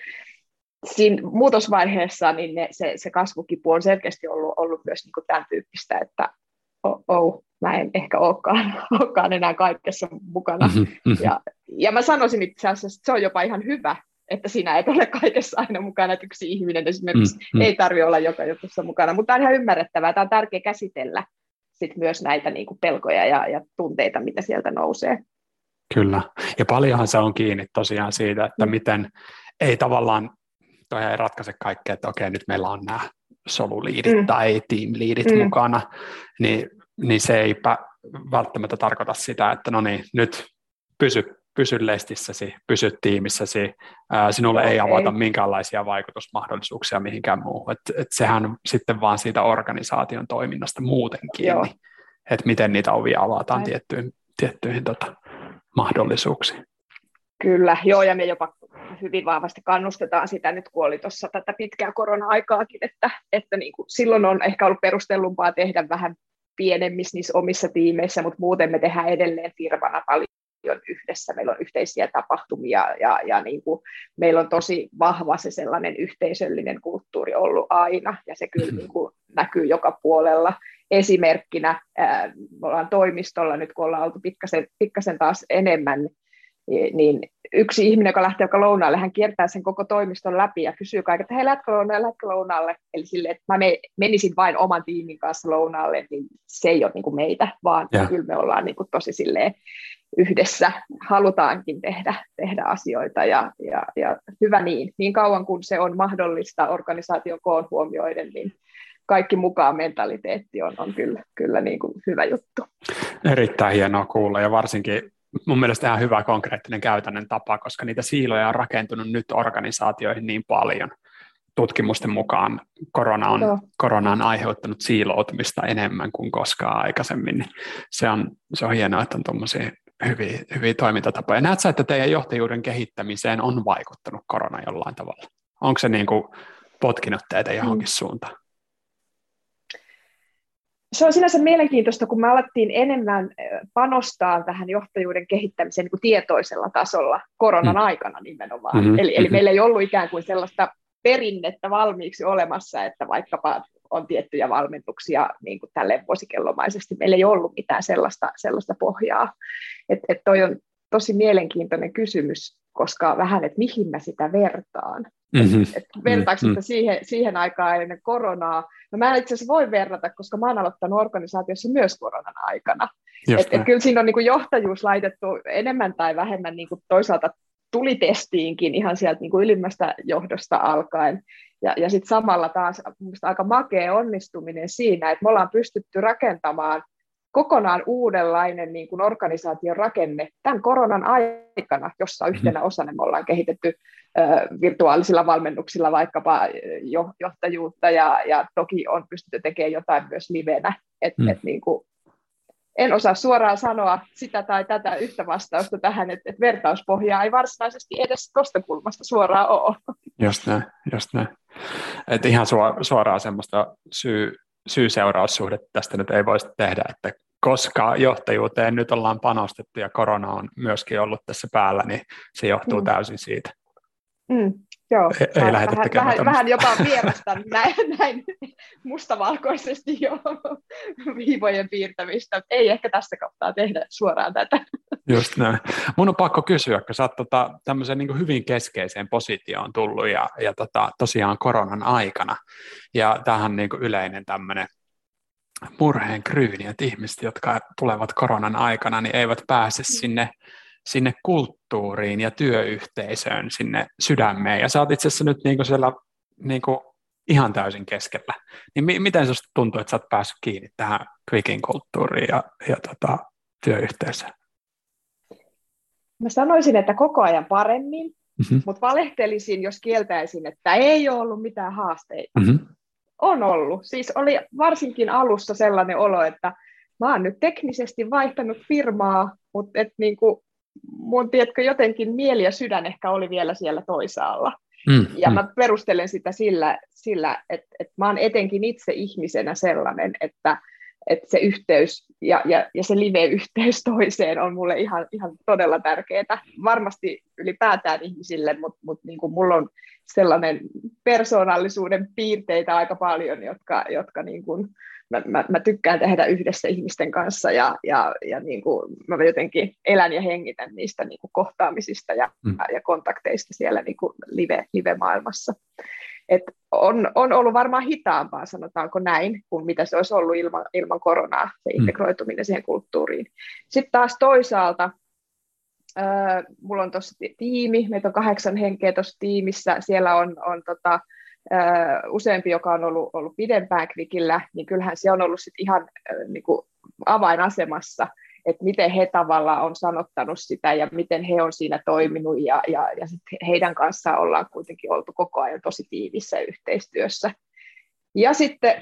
Speaker 3: siinä muutosvaiheessa niin ne, se, se kasvukipu on selkeästi ollut, ollut myös niinku tämän tyyppistä, että oh, oh, mä en ehkä olekaan, olekaan enää kaikessa mukana. Mm-hmm. Ja, ja mä sanoisin itse asiassa, että se on jopa ihan hyvä, että sinä et ole kaikessa aina mukana, että yksi ihminen esimerkiksi mm, mm. ei tarvitse olla joka jutussa mukana, mutta tämä on ihan ymmärrettävää, tämä on tärkeää käsitellä sit myös näitä niin kuin pelkoja ja, ja tunteita, mitä sieltä nousee.
Speaker 1: Kyllä, ja paljonhan se on kiinni tosiaan siitä, että mm. miten ei tavallaan, toi ei ratkaise kaikkea, että okei, nyt meillä on nämä soluliidit mm. tai team-liidit mm. mukana, niin, niin se ei välttämättä tarkoita sitä, että no niin, nyt pysy pysy lestissäsi, pysy tiimissäsi, ää, sinulle no, ei avata ei. minkäänlaisia vaikutusmahdollisuuksia mihinkään muuhun. Et, et sehän sitten vaan siitä organisaation toiminnasta muuten kiinni, että miten niitä ovia avataan Näin. tiettyihin, tiettyihin tota, mahdollisuuksiin.
Speaker 3: Kyllä, joo, ja me jopa hyvin vahvasti kannustetaan sitä nyt, kun oli tuossa tätä pitkää korona-aikaakin, että, että niin kuin silloin on ehkä ollut perustellumpaa tehdä vähän pienemmissä niissä omissa tiimeissä, mutta muuten me tehdään edelleen firmana paljon yhdessä, meillä on yhteisiä tapahtumia ja, ja niin kuin meillä on tosi vahva se sellainen yhteisöllinen kulttuuri ollut aina ja se kyllä niin kuin näkyy joka puolella. Esimerkkinä ää, me ollaan toimistolla nyt, kun ollaan oltu pikkasen, pikkasen taas enemmän, niin yksi ihminen, joka lähtee joka lounaalle, hän kiertää sen koko toimiston läpi ja kysyy kaiken, että hei, lätkö lounaalle, lätkö lounaalle. Eli silleen, että mä menisin vain oman tiimin kanssa lounaalle, niin se ei ole niin kuin meitä, vaan ja. kyllä me ollaan niin kuin tosi silleen yhdessä, halutaankin tehdä, tehdä asioita ja, ja, ja hyvä niin. Niin kauan kuin se on mahdollista organisaation koon huomioiden, niin kaikki mukaan mentaliteetti on, on kyllä, kyllä niin kuin hyvä juttu.
Speaker 1: Erittäin hienoa kuulla ja varsinkin mun mielestä ihan hyvä konkreettinen käytännön tapa, koska niitä siiloja on rakentunut nyt organisaatioihin niin paljon. Tutkimusten mukaan korona on, no. korona on aiheuttanut siiloutumista enemmän kuin koskaan aikaisemmin. Se on, se on hienoa, että on tuommoisia hyviä, hyviä toimintatapoja. Näetkö sä, että teidän johtajuuden kehittämiseen on vaikuttanut korona jollain tavalla? Onko se niin kuin potkinut teitä johonkin mm. suuntaan?
Speaker 3: Se on sinänsä mielenkiintoista, kun me alettiin enemmän panostaa tähän johtajuuden kehittämiseen niin kuin tietoisella tasolla koronan mm. aikana nimenomaan. Mm-hmm. Eli, eli meillä ei ollut ikään kuin sellaista perinnettä valmiiksi olemassa, että vaikkapa on tiettyjä valmennuksia niin kuin tälleen vuosikellomaisesti. Meillä ei ollut mitään sellaista, sellaista pohjaa. Et, et toi on tosi mielenkiintoinen kysymys, koska vähän, että mihin mä sitä vertaan. Mm-hmm. Et, et vertaako mm-hmm. sitä siihen, siihen aikaan ennen koronaa? No mä en itse asiassa voi verrata, koska mä oon aloittanut organisaatiossa myös koronan aikana. Et, et kyllä siinä on niin kuin johtajuus laitettu enemmän tai vähemmän niin kuin toisaalta tulitestiinkin ihan sieltä niin kuin ylimmästä johdosta alkaen. Ja, ja sitten samalla taas aika makea onnistuminen siinä, että me ollaan pystytty rakentamaan kokonaan uudenlainen niin kuin organisaation rakenne tämän koronan aikana, jossa yhtenä osana me ollaan kehitetty ö, virtuaalisilla valmennuksilla vaikkapa jo, johtajuutta ja, ja toki on pystytty tekemään jotain myös livenä. Et, mm. et, niin kuin, en osaa suoraan sanoa sitä tai tätä yhtä vastausta tähän, että et vertauspohjaa ei varsinaisesti edes tuosta kulmasta suoraan ole.
Speaker 1: Just näin, just näin. Et ihan suoraan semmoista syy, syy-seuraussuhdetta tästä nyt ei voisi tehdä, että koska johtajuuteen nyt ollaan panostettu ja korona on myöskin ollut tässä päällä, niin se johtuu mm. täysin siitä.
Speaker 3: Mm, joo.
Speaker 1: Ei, ei lähdetä
Speaker 3: vähän,
Speaker 1: tekemään
Speaker 3: vähän, vähän jopa vierastan näin, näin mustavalkoisesti jo viivojen piirtämistä. Ei ehkä tässä kohtaa tehdä suoraan tätä.
Speaker 1: Just näin. Mun on pakko kysyä, kun sä oot tota, tämmöiseen niin kuin hyvin keskeiseen positioon tullut ja, ja tota, tosiaan koronan aikana. Ja tämähän niin kuin yleinen tämmöinen murheen kryyni, että ihmiset, jotka tulevat koronan aikana, niin eivät pääse sinne, sinne kulttuuriin ja työyhteisöön, sinne sydämeen. Ja sä oot itse asiassa nyt niin kuin siellä niin kuin ihan täysin keskellä. Niin mi- miten susta tuntuu, että sä oot päässyt kiinni tähän Quickin kulttuuriin ja, ja tota, työyhteisöön?
Speaker 3: Mä sanoisin, että koko ajan paremmin, mm-hmm. mutta valehtelisin, jos kieltäisin, että ei ole ollut mitään haasteita. Mm-hmm. On ollut. Siis oli varsinkin alussa sellainen olo, että mä oon nyt teknisesti vaihtanut firmaa, mutta et niinku, mun tiedätkö, jotenkin mieli ja sydän ehkä oli vielä siellä toisaalla.
Speaker 1: Mm,
Speaker 3: ja
Speaker 1: mm.
Speaker 3: mä perustelen sitä sillä, sillä että, että mä oon etenkin itse ihmisenä sellainen, että, että se yhteys ja, ja, ja se live-yhteys toiseen on mulle ihan, ihan todella tärkeää. Varmasti ylipäätään ihmisille, mutta, mutta niin kuin mulla on sellainen persoonallisuuden piirteitä aika paljon, jotka, jotka niin kuin, mä, mä, mä tykkään tehdä yhdessä ihmisten kanssa ja, ja, ja niin kuin mä jotenkin elän ja hengitän niistä niin kuin kohtaamisista ja, mm. ja kontakteista siellä niin kuin live, live-maailmassa. Et on, on ollut varmaan hitaampaa, sanotaanko näin, kuin mitä se olisi ollut ilman, ilman koronaa, se integroituminen siihen kulttuuriin. Sitten taas toisaalta, äh, mulla on tuossa tiimi, meitä on kahdeksan henkeä tuossa tiimissä, siellä on, on tota, äh, useampi, joka on ollut, ollut pidempään Quickillä, niin kyllähän se on ollut sit ihan äh, niin kuin avainasemassa, että miten he tavallaan on sanottanut sitä ja miten he on siinä toiminut ja, ja, ja sit heidän kanssaan ollaan kuitenkin oltu koko ajan tosi tiivissä yhteistyössä. Ja sitten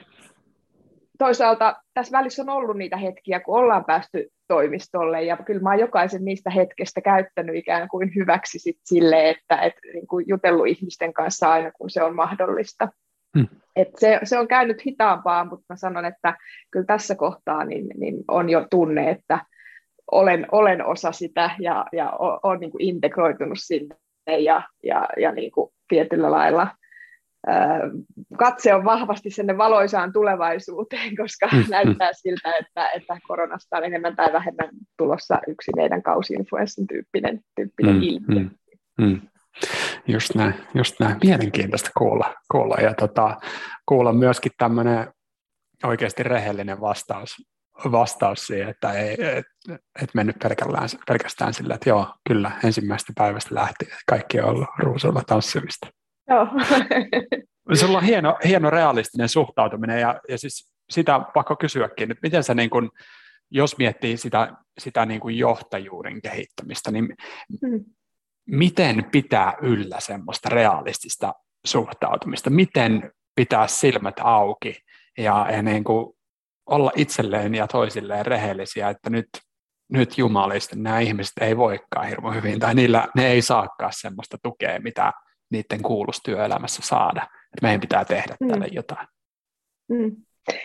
Speaker 3: toisaalta tässä välissä on ollut niitä hetkiä, kun ollaan päästy toimistolle ja kyllä mä oon jokaisen niistä hetkestä käyttänyt ikään kuin hyväksi sit sille, että et, niin kuin jutellut ihmisten kanssa aina kun se on mahdollista. Hmm. Et se, se on käynyt hitaampaa, mutta mä sanon, että kyllä tässä kohtaa niin, niin on jo tunne, että olen, olen osa sitä ja, ja olen niin kuin integroitunut sinne ja, ja, ja niin kuin tietyllä lailla ää, katse on vahvasti sinne valoisaan tulevaisuuteen, koska hmm. näyttää siltä, että, että koronasta on enemmän tai vähemmän tulossa yksi meidän kausi-influenssin tyyppinen, tyyppinen hmm. ilmiö.
Speaker 1: Hmm. Hmm. Just näin, just näin. Mielenkiintoista kuulla, kuulla ja tota, kuulla myöskin tämmöinen oikeasti rehellinen vastaus, vastaus siihen, että ei et, et mennyt pelkästään, pelkästään sillä, että joo, kyllä ensimmäisestä päivästä lähtien kaikki on ollut ruusuilla tanssimista.
Speaker 3: Joo.
Speaker 1: Sulla on hieno, hieno realistinen suhtautuminen ja, ja siis sitä pakko kysyäkin, että miten sä niin kun, jos miettii sitä, sitä niin kun johtajuuden kehittämistä, niin mm. miten pitää yllä semmoista realistista suhtautumista? Miten pitää silmät auki ja, ja niin kuin olla itselleen ja toisilleen rehellisiä, että nyt, nyt jumalista nämä ihmiset ei voikaan hirveän hyvin tai niillä, ne ei saakaan semmoista tukea, mitä niiden kuuluisi työelämässä saada. Että meidän pitää tehdä mm. tälle jotain.
Speaker 3: Mm.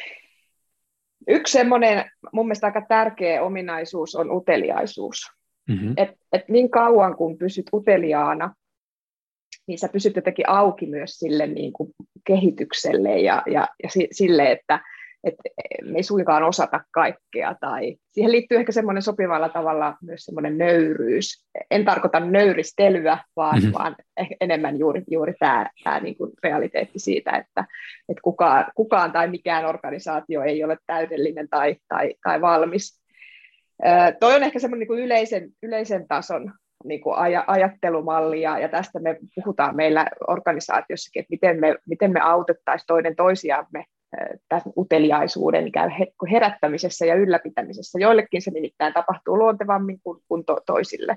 Speaker 3: Yksi semmoinen mun mielestä aika tärkeä ominaisuus on uteliaisuus. Mm-hmm. Että et niin kauan kun pysyt uteliaana, niin sä pysyt jotenkin auki myös sille niin kuin kehitykselle ja, ja, ja sille, että et me ei suinkaan osata kaikkea. Tai siihen liittyy ehkä semmoinen sopivalla tavalla myös semmoinen nöyryys. En tarkoita nöyristelyä, vaan, mm-hmm. vaan enemmän juuri, juuri tämä, tämä niin kuin realiteetti siitä, että, että kukaan, kukaan tai mikään organisaatio ei ole täydellinen tai, tai, tai valmis. Äh, toi on ehkä semmoinen niin kuin yleisen, yleisen tason niin kuin aj- ajattelumalli, ja, ja tästä me puhutaan meillä organisaatiossakin, että miten me, miten me autettaisiin toinen toisiamme äh, tämän uteliaisuuden ikään herättämisessä ja ylläpitämisessä. Joillekin se nimittäin tapahtuu luontevammin kuin, kuin to- toisille.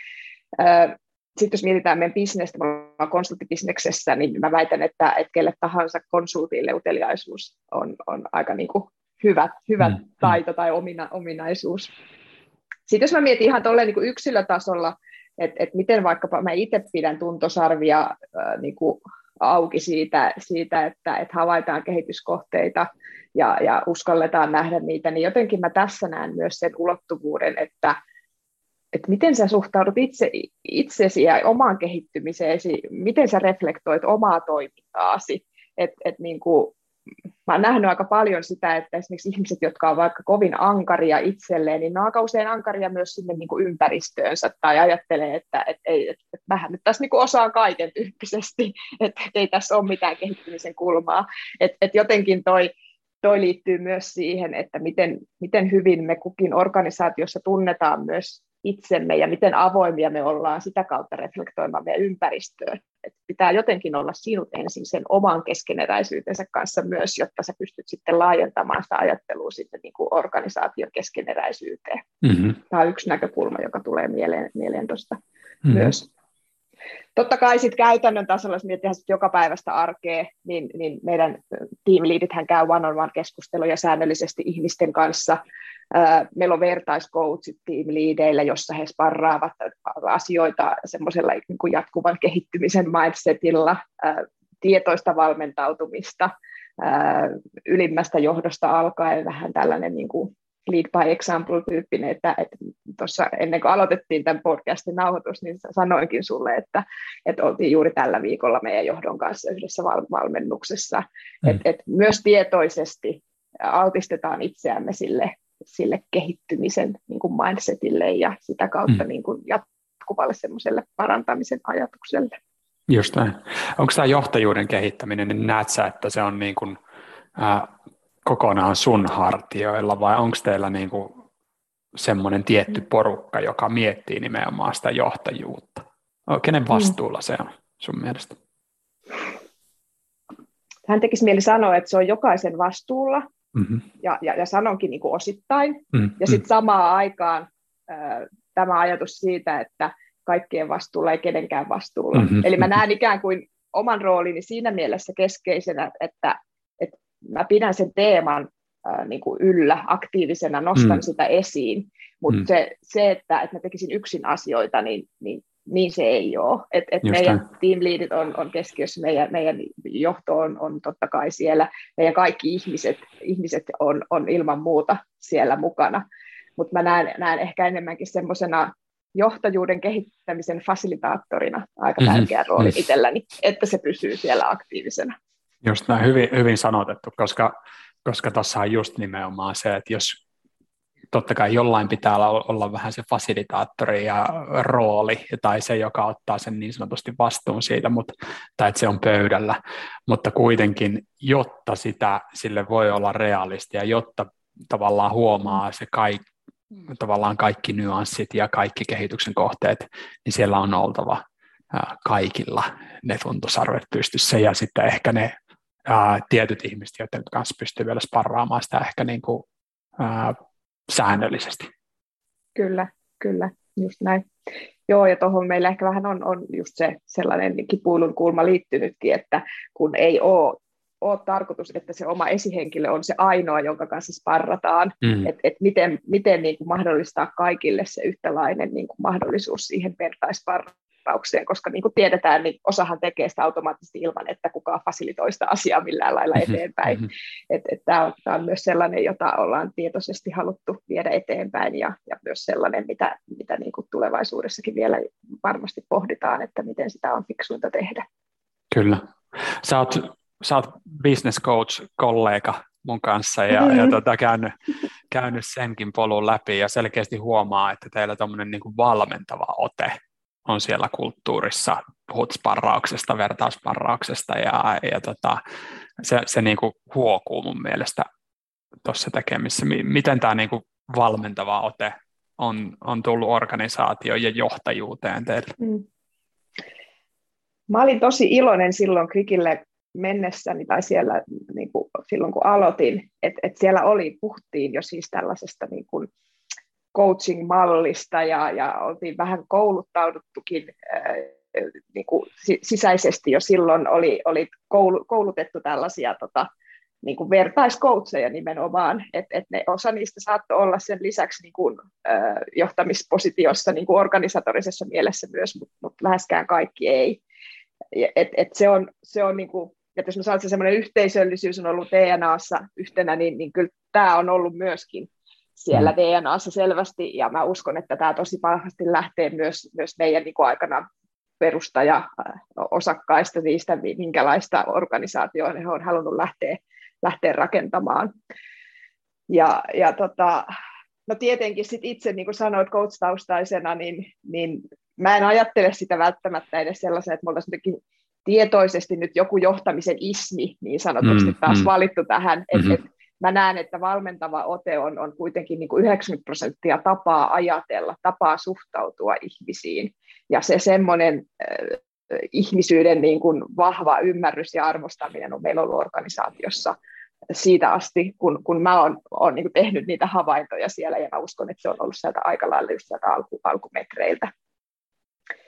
Speaker 3: Äh, Sitten jos mietitään meidän bisnestä, me ollaan konsulttibisneksessä, niin mä väitän, että, että kelle tahansa konsultille uteliaisuus on, on aika niin kuin hyvä, hyvä mm, taito tai omina, ominaisuus. Sitten jos mä mietin ihan tolleen niin kuin yksilötasolla, että, että miten vaikkapa mä itse pidän tuntosarvia äh, niin kuin auki siitä, siitä että, että havaitaan kehityskohteita ja, ja uskalletaan nähdä niitä, niin jotenkin mä tässä näen myös sen ulottuvuuden, että, että miten sä suhtaudut itse, itsesi ja omaan kehittymiseesi, miten sä reflektoit omaa toimintaasi, että et niin kuin mä oon nähnyt aika paljon sitä, että esimerkiksi ihmiset, jotka on vaikka kovin ankaria itselleen, niin ne on aika usein ankaria myös sinne niin kuin ympäristöönsä tai ajattelee, että et, et, et, et mähän nyt tässä niin kuin osaan kaiken tyyppisesti, että et ei tässä ole mitään kehittymisen kulmaa. Että et jotenkin toi, toi liittyy myös siihen, että miten, miten hyvin me kukin organisaatiossa tunnetaan myös itsemme ja miten avoimia me ollaan sitä kautta reflektoimaan meidän ympäristöön. Et pitää jotenkin olla sinut ensin sen oman keskeneräisyytensä kanssa myös, jotta sä pystyt sitten laajentamaan sitä ajattelua sitten niin kuin organisaation keskeneräisyyteen. Mm-hmm. Tämä on yksi näkökulma, joka tulee mieleen, mieleen tuosta mm-hmm. myös. Totta kai sitten käytännön tasolla, jos mietitään joka päivästä arkea, niin, niin meidän team leadithän käy one-on-one keskusteluja säännöllisesti ihmisten kanssa. Meillä on vertaiscoachit team leadeillä, jossa he sparraavat asioita semmoisella niin kuin jatkuvan kehittymisen mindsetilla, tietoista valmentautumista, ylimmästä johdosta alkaen vähän tällainen niin kuin lead by example-tyyppinen, että, että tuossa ennen kuin aloitettiin tämän podcastin nauhoitus, niin sanoinkin sulle, että, että oltiin juuri tällä viikolla meidän johdon kanssa yhdessä val- valmennuksessa, mm. että, että myös tietoisesti altistetaan itseämme sille, sille kehittymisen niin kuin mindsetille ja sitä kautta mm. niin kuin jatkuvalle semmoiselle parantamisen ajatukselle.
Speaker 1: Just näin. Onko tämä johtajuuden kehittäminen, niin näet sä, että se on niin kuin, äh, kokonaan sun hartioilla, vai onko teillä niin kuin semmoinen tietty porukka, joka miettii nimenomaan sitä johtajuutta? Kenen vastuulla se on sun mielestä?
Speaker 3: Hän tekisi mieli sanoa, että se on jokaisen vastuulla,
Speaker 1: mm-hmm.
Speaker 3: ja, ja, ja sanonkin niin kuin osittain,
Speaker 1: mm-hmm.
Speaker 3: ja sitten samaan aikaan äh, tämä ajatus siitä, että kaikkien vastuulla ei kenenkään vastuulla.
Speaker 1: Mm-hmm.
Speaker 3: Eli mä näen ikään kuin oman roolini siinä mielessä keskeisenä, että, että mä pidän sen teeman äh, niin kuin yllä aktiivisena, nostan mm. sitä esiin, mutta mm. se, se että, että mä tekisin yksin asioita, niin, niin, niin se ei ole. Et, et meidän tämän. Team leadit on, on keskiössä, meidän, meidän johto on, on totta kai siellä, meidän kaikki ihmiset, ihmiset on, on ilman muuta siellä mukana, mutta mä näen, näen ehkä enemmänkin semmoisena johtajuuden kehittämisen fasilitaattorina aika tärkeä mm-hmm. rooli itselläni, että se pysyy siellä aktiivisena.
Speaker 1: Just näin, hyvin, hyvin sanotettu, koska koska tuossa on just nimenomaan se, että jos totta kai jollain pitää olla, olla vähän se fasilitaattori ja rooli, tai se, joka ottaa sen niin sanotusti vastuun siitä, mutta, tai että se on pöydällä, mutta kuitenkin, jotta sitä, sille voi olla realistia, jotta tavallaan huomaa se kaikki, tavallaan kaikki nyanssit ja kaikki kehityksen kohteet, niin siellä on oltava ää, kaikilla ne tuntosarvet pystyssä, ja sitten ehkä ne ää, tietyt ihmiset, joiden kanssa pystyy vielä sparraamaan sitä ehkä niin kuin, ää, säännöllisesti.
Speaker 3: Kyllä, kyllä, just näin. Joo, ja tuohon meillä ehkä vähän on, on just se sellainen kipuilun kulma liittynytkin, että kun ei ole, ole tarkoitus, että se oma esihenkilö on se ainoa, jonka kanssa sparrataan, mm. että et miten, miten niin kuin mahdollistaa kaikille se yhtälainen niin kuin mahdollisuus siihen vertaisparraukseen, koska niin kuin tiedetään, niin osahan tekee sitä automaattisesti ilman, että kukaan fasilitoi sitä asiaa millään lailla eteenpäin. Mm-hmm. Et, et tämä on, on myös sellainen, jota ollaan tietoisesti haluttu viedä eteenpäin, ja, ja myös sellainen, mitä, mitä niin kuin tulevaisuudessakin vielä varmasti pohditaan, että miten sitä on fiksuinta tehdä.
Speaker 1: Kyllä. Sä oot Sä oot business coach-kollega mun kanssa ja, mm-hmm. ja tota, käynyt, käynyt senkin polun läpi ja selkeästi huomaa, että teillä tommoinen niin kuin valmentava ote on siellä kulttuurissa. Puhut sparrauksesta, vertausparrauksesta ja, ja tota, se, se niin kuin huokuu mun mielestä tuossa tekemisessä. Miten tämä niin kuin valmentava ote on, on tullut organisaatioon ja johtajuuteen teille? Mm.
Speaker 3: Mä olin tosi iloinen silloin Krikille mennessäni tai siellä niin kuin silloin kun aloitin, että et siellä oli, puhuttiin jo siis tällaisesta niin kuin coaching-mallista ja, ja oltiin vähän kouluttauduttukin ää, niin kuin sisäisesti jo silloin oli, oli koulutettu tällaisia tota, niin kuin vertaiskoutseja nimenomaan, että et ne osa niistä saattoi olla sen lisäksi niin kuin, ää, johtamispositiossa niin kuin organisatorisessa mielessä myös, mutta mut läheskään kaikki ei. Et, et se on, se on niin kuin, että jos me saat se semmoinen yhteisöllisyys on ollut D N A:ssa yhtenä, niin, niin kyllä tämä on ollut myöskin siellä mm. D N A:ssa selvästi, ja mä uskon, että tämä tosi vahvasti lähtee myös, myös meidän niin kuin aikana perustaja-osakkaista niistä, minkälaista organisaatioa he on halunnut lähteä, lähteä rakentamaan. Ja, ja tota, no tietenkin sit itse, niin kuin sanoit coach-taustaisena, niin, niin mä en ajattele sitä välttämättä edes sellaisena, että me oltaisiin jotenkin tietoisesti nyt joku johtamisen ismi niin sanotusti taas mm, valittu tähän. Mm-hmm. Et, et mä näen, että valmentava ote on, on kuitenkin niin kuin yhdeksänkymmentä prosenttia tapaa ajatella, tapaa suhtautua ihmisiin. Ja se semmoinen äh, ihmisyyden niin kuin vahva ymmärrys ja arvostaminen on meillä ollut organisaatiossa siitä asti, kun, kun mä oon, oon niin kuin tehnyt niitä havaintoja siellä, ja mä uskon, että se on ollut sieltä aika lailla just sieltä alku, alkumetreiltä.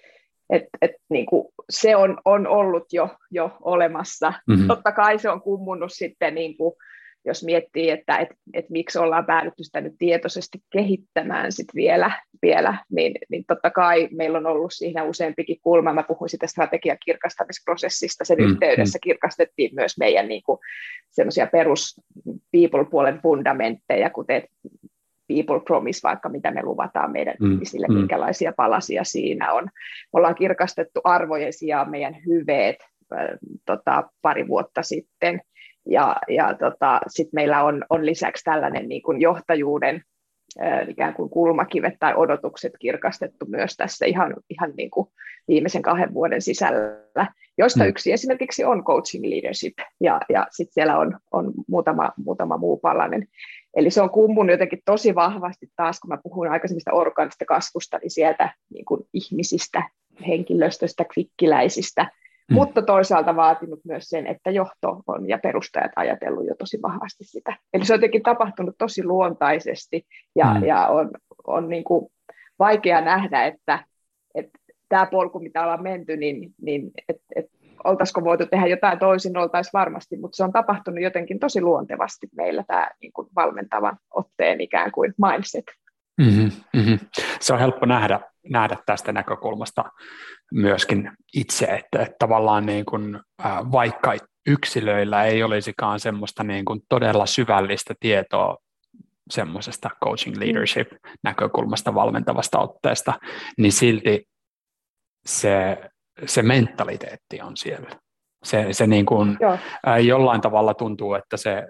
Speaker 3: Et, et, niin kuin, se on, on ollut jo, jo olemassa. Mm-hmm. Totta kai se on kummunut sitten, niin kuin, jos miettii, että et, et miksi ollaan päädytty sitä nyt tietoisesti kehittämään sit vielä, vielä niin, niin totta kai meillä on ollut siinä useampikin kulma. Mä puhuin sitä strategian kirkastamisprosessista. Sen mm-hmm. yhteydessä kirkastettiin myös meidän niin kuin, semmoisia perus people-puolen fundamentteja, kuten people promise, vaikka mitä me luvataan meidän mm, ihmisille, mm. minkälaisia palasia siinä on. Me ollaan kirkastettu arvojen sijaan meidän hyveet äh, tota, pari vuotta sitten, ja, ja tota, sitten meillä on, on lisäksi tällainen niin kuin johtajuuden äh, ikään kuin kulmakivet tai odotukset kirkastettu myös tässä ihan, ihan niin kuin viimeisen kahden vuoden sisällä, joista mm. yksi esimerkiksi on coaching leadership, ja, ja sitten siellä on, on muutama, muutama muu palanen. Eli se on kummunut jotenkin tosi vahvasti taas, kun mä puhun aikaisemmista orgaanisesta kasvusta, niin sieltä niin kuin ihmisistä, henkilöstöstä, kvikkiläisistä, mm. mutta toisaalta vaatinut myös sen, että johto on ja perustajat ajatellut jo tosi vahvasti sitä. Eli se on jotenkin tapahtunut tosi luontaisesti ja, mm. ja on, on niin kuin vaikea nähdä, että, että tämä polku, mitä ollaan menty, niin, niin että et, oltaisiko voitu tehdä jotain toisin, oltaisiin varmasti, mutta se on tapahtunut jotenkin tosi luontevasti meillä tämä niin kuin valmentavan otteen ikään kuin mindset.
Speaker 1: Mm-hmm, mm-hmm. Se on helppo nähdä, nähdä tästä näkökulmasta myöskin itse, että, että tavallaan niin kuin, äh, vaikka yksilöillä ei olisikaan semmoista niin kuin todella syvällistä tietoa semmoisesta coaching leadership näkökulmasta valmentavasta otteesta, niin silti se se mentaliteetti on siellä. Se, se niin kuin, ää, jollain tavalla tuntuu, että se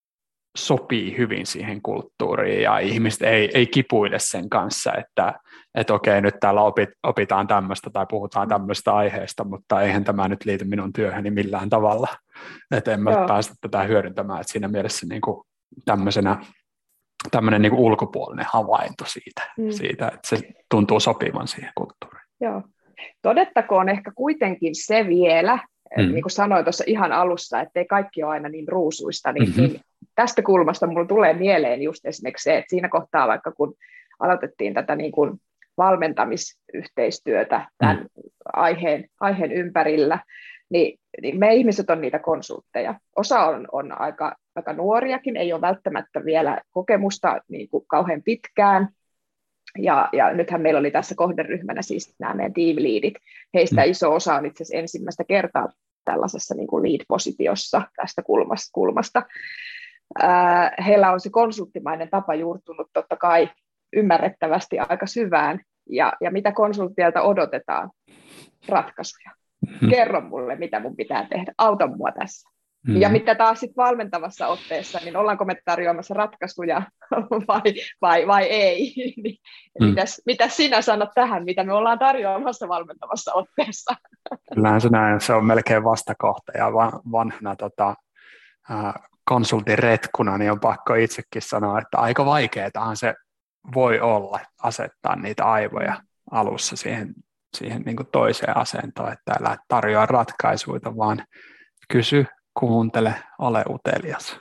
Speaker 1: sopii hyvin siihen kulttuuriin ja ihmiset ei, ei kipuile sen kanssa, että et okei, nyt täällä opit, opitaan tämmöistä tai puhutaan tämmöistä aiheesta, mutta eihän tämä nyt liity minun työhöni millään tavalla. Että en mä Joo. päästä tätä hyödyntämään. Että siinä mielessä niin kuin tämmöisenä, tämmöinen niin kuin ulkopuolinen havainto siitä, mm. siitä, että se tuntuu sopivan siihen kulttuuriin.
Speaker 3: Joo. Todettakoon ehkä kuitenkin se vielä, mm. niin kuin sanoin tuossa ihan alussa, että ei kaikki ole aina niin ruusuista, niin, mm-hmm. niin tästä kulmasta mulla tulee mieleen just esimerkiksi se, että siinä kohtaa vaikka kun aloitettiin tätä niin kuin valmentamisyhteistyötä tämän mm. aiheen, aiheen ympärillä, niin, niin me ihmiset on niitä konsultteja. Osa on, on aika, aika nuoriakin, ei ole välttämättä vielä kokemusta niin kuin kauhean pitkään. Ja, ja nythän meillä oli tässä kohderyhmänä siis nämä meidän team leadit. Heistä mm. iso osa on itse asiassa ensimmäistä kertaa tällaisessa niin kuin lead-positiossa tästä kulmasta. kulmasta. Ää, heillä on se konsulttimainen tapa juurtunut totta kai ymmärrettävästi aika syvään. Ja, ja mitä konsulttialta odotetaan? Ratkaisuja. Mm. Kerro mulle, mitä mun pitää tehdä. Auta mua tässä. Mm. Ja mitä taas sitten valmentavassa otteessa, niin ollaanko me tarjoamassa ratkaisuja vai, vai, vai ei? mm. mitäs, mitäs sinä sanot tähän, mitä me ollaan tarjoamassa valmentavassa otteessa?
Speaker 1: Kyllähän se näin, se on melkein vastakohta ja vanhana tota, äh, konsultin retkuna, niin on pakko itsekin sanoa, että aika vaikeatahan se voi olla asettaa niitä aivoja alussa siihen, siihen niin kuin toiseen asentoon, että älä tarjoa ratkaisuja, vaan kysy, kuuntele, ole utelias.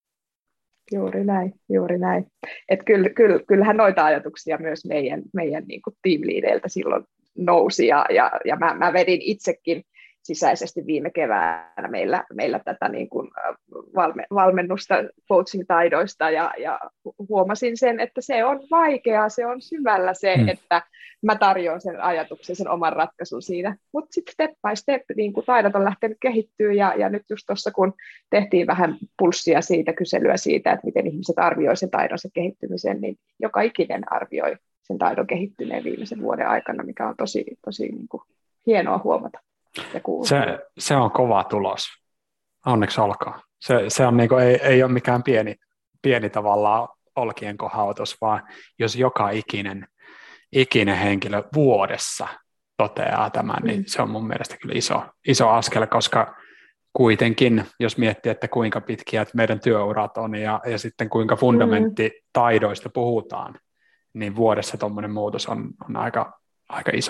Speaker 3: Juuri näin, juuri näin. Että kyllä, kyllä, kyllähän noita ajatuksia myös meidän, meidän niin kuin team leadeiltä silloin nousi, ja, ja, ja mä, mä vedin itsekin sisäisesti viime keväänä meillä, meillä tätä niin kuin valme, valmennusta coaching-taidoista, ja, ja huomasin sen, että se on vaikeaa, se on syvällä se, hmm. että mä tarjoan sen ajatuksen, sen oman ratkaisun siinä, mutta sitten step by step niin kuin taidot on lähtenyt kehittyä, ja, ja nyt just tuossa kun tehtiin vähän pulssia siitä, kyselyä siitä, että miten ihmiset arvioi sen taidon sen kehittymisen, niin joka ikinen arvioi sen taidon kehittyneen viimeisen vuoden aikana, mikä on tosi, tosi niin kuin hienoa huomata.
Speaker 1: Se, se on kova tulos. Onneksi olkoon. Se, se on niinku, ei, ei ole mikään pieni, pieni tavallaan olkien kohautus, vaan jos joka ikinen, ikinen henkilö vuodessa toteaa tämän, mm. niin se on mun mielestä kyllä iso, iso askel, koska kuitenkin, jos miettii, että kuinka pitkiä meidän työurat on ja, ja sitten kuinka fundamenttitaidoista puhutaan, niin vuodessa tuommoinen muutos on, on aika, aika iso.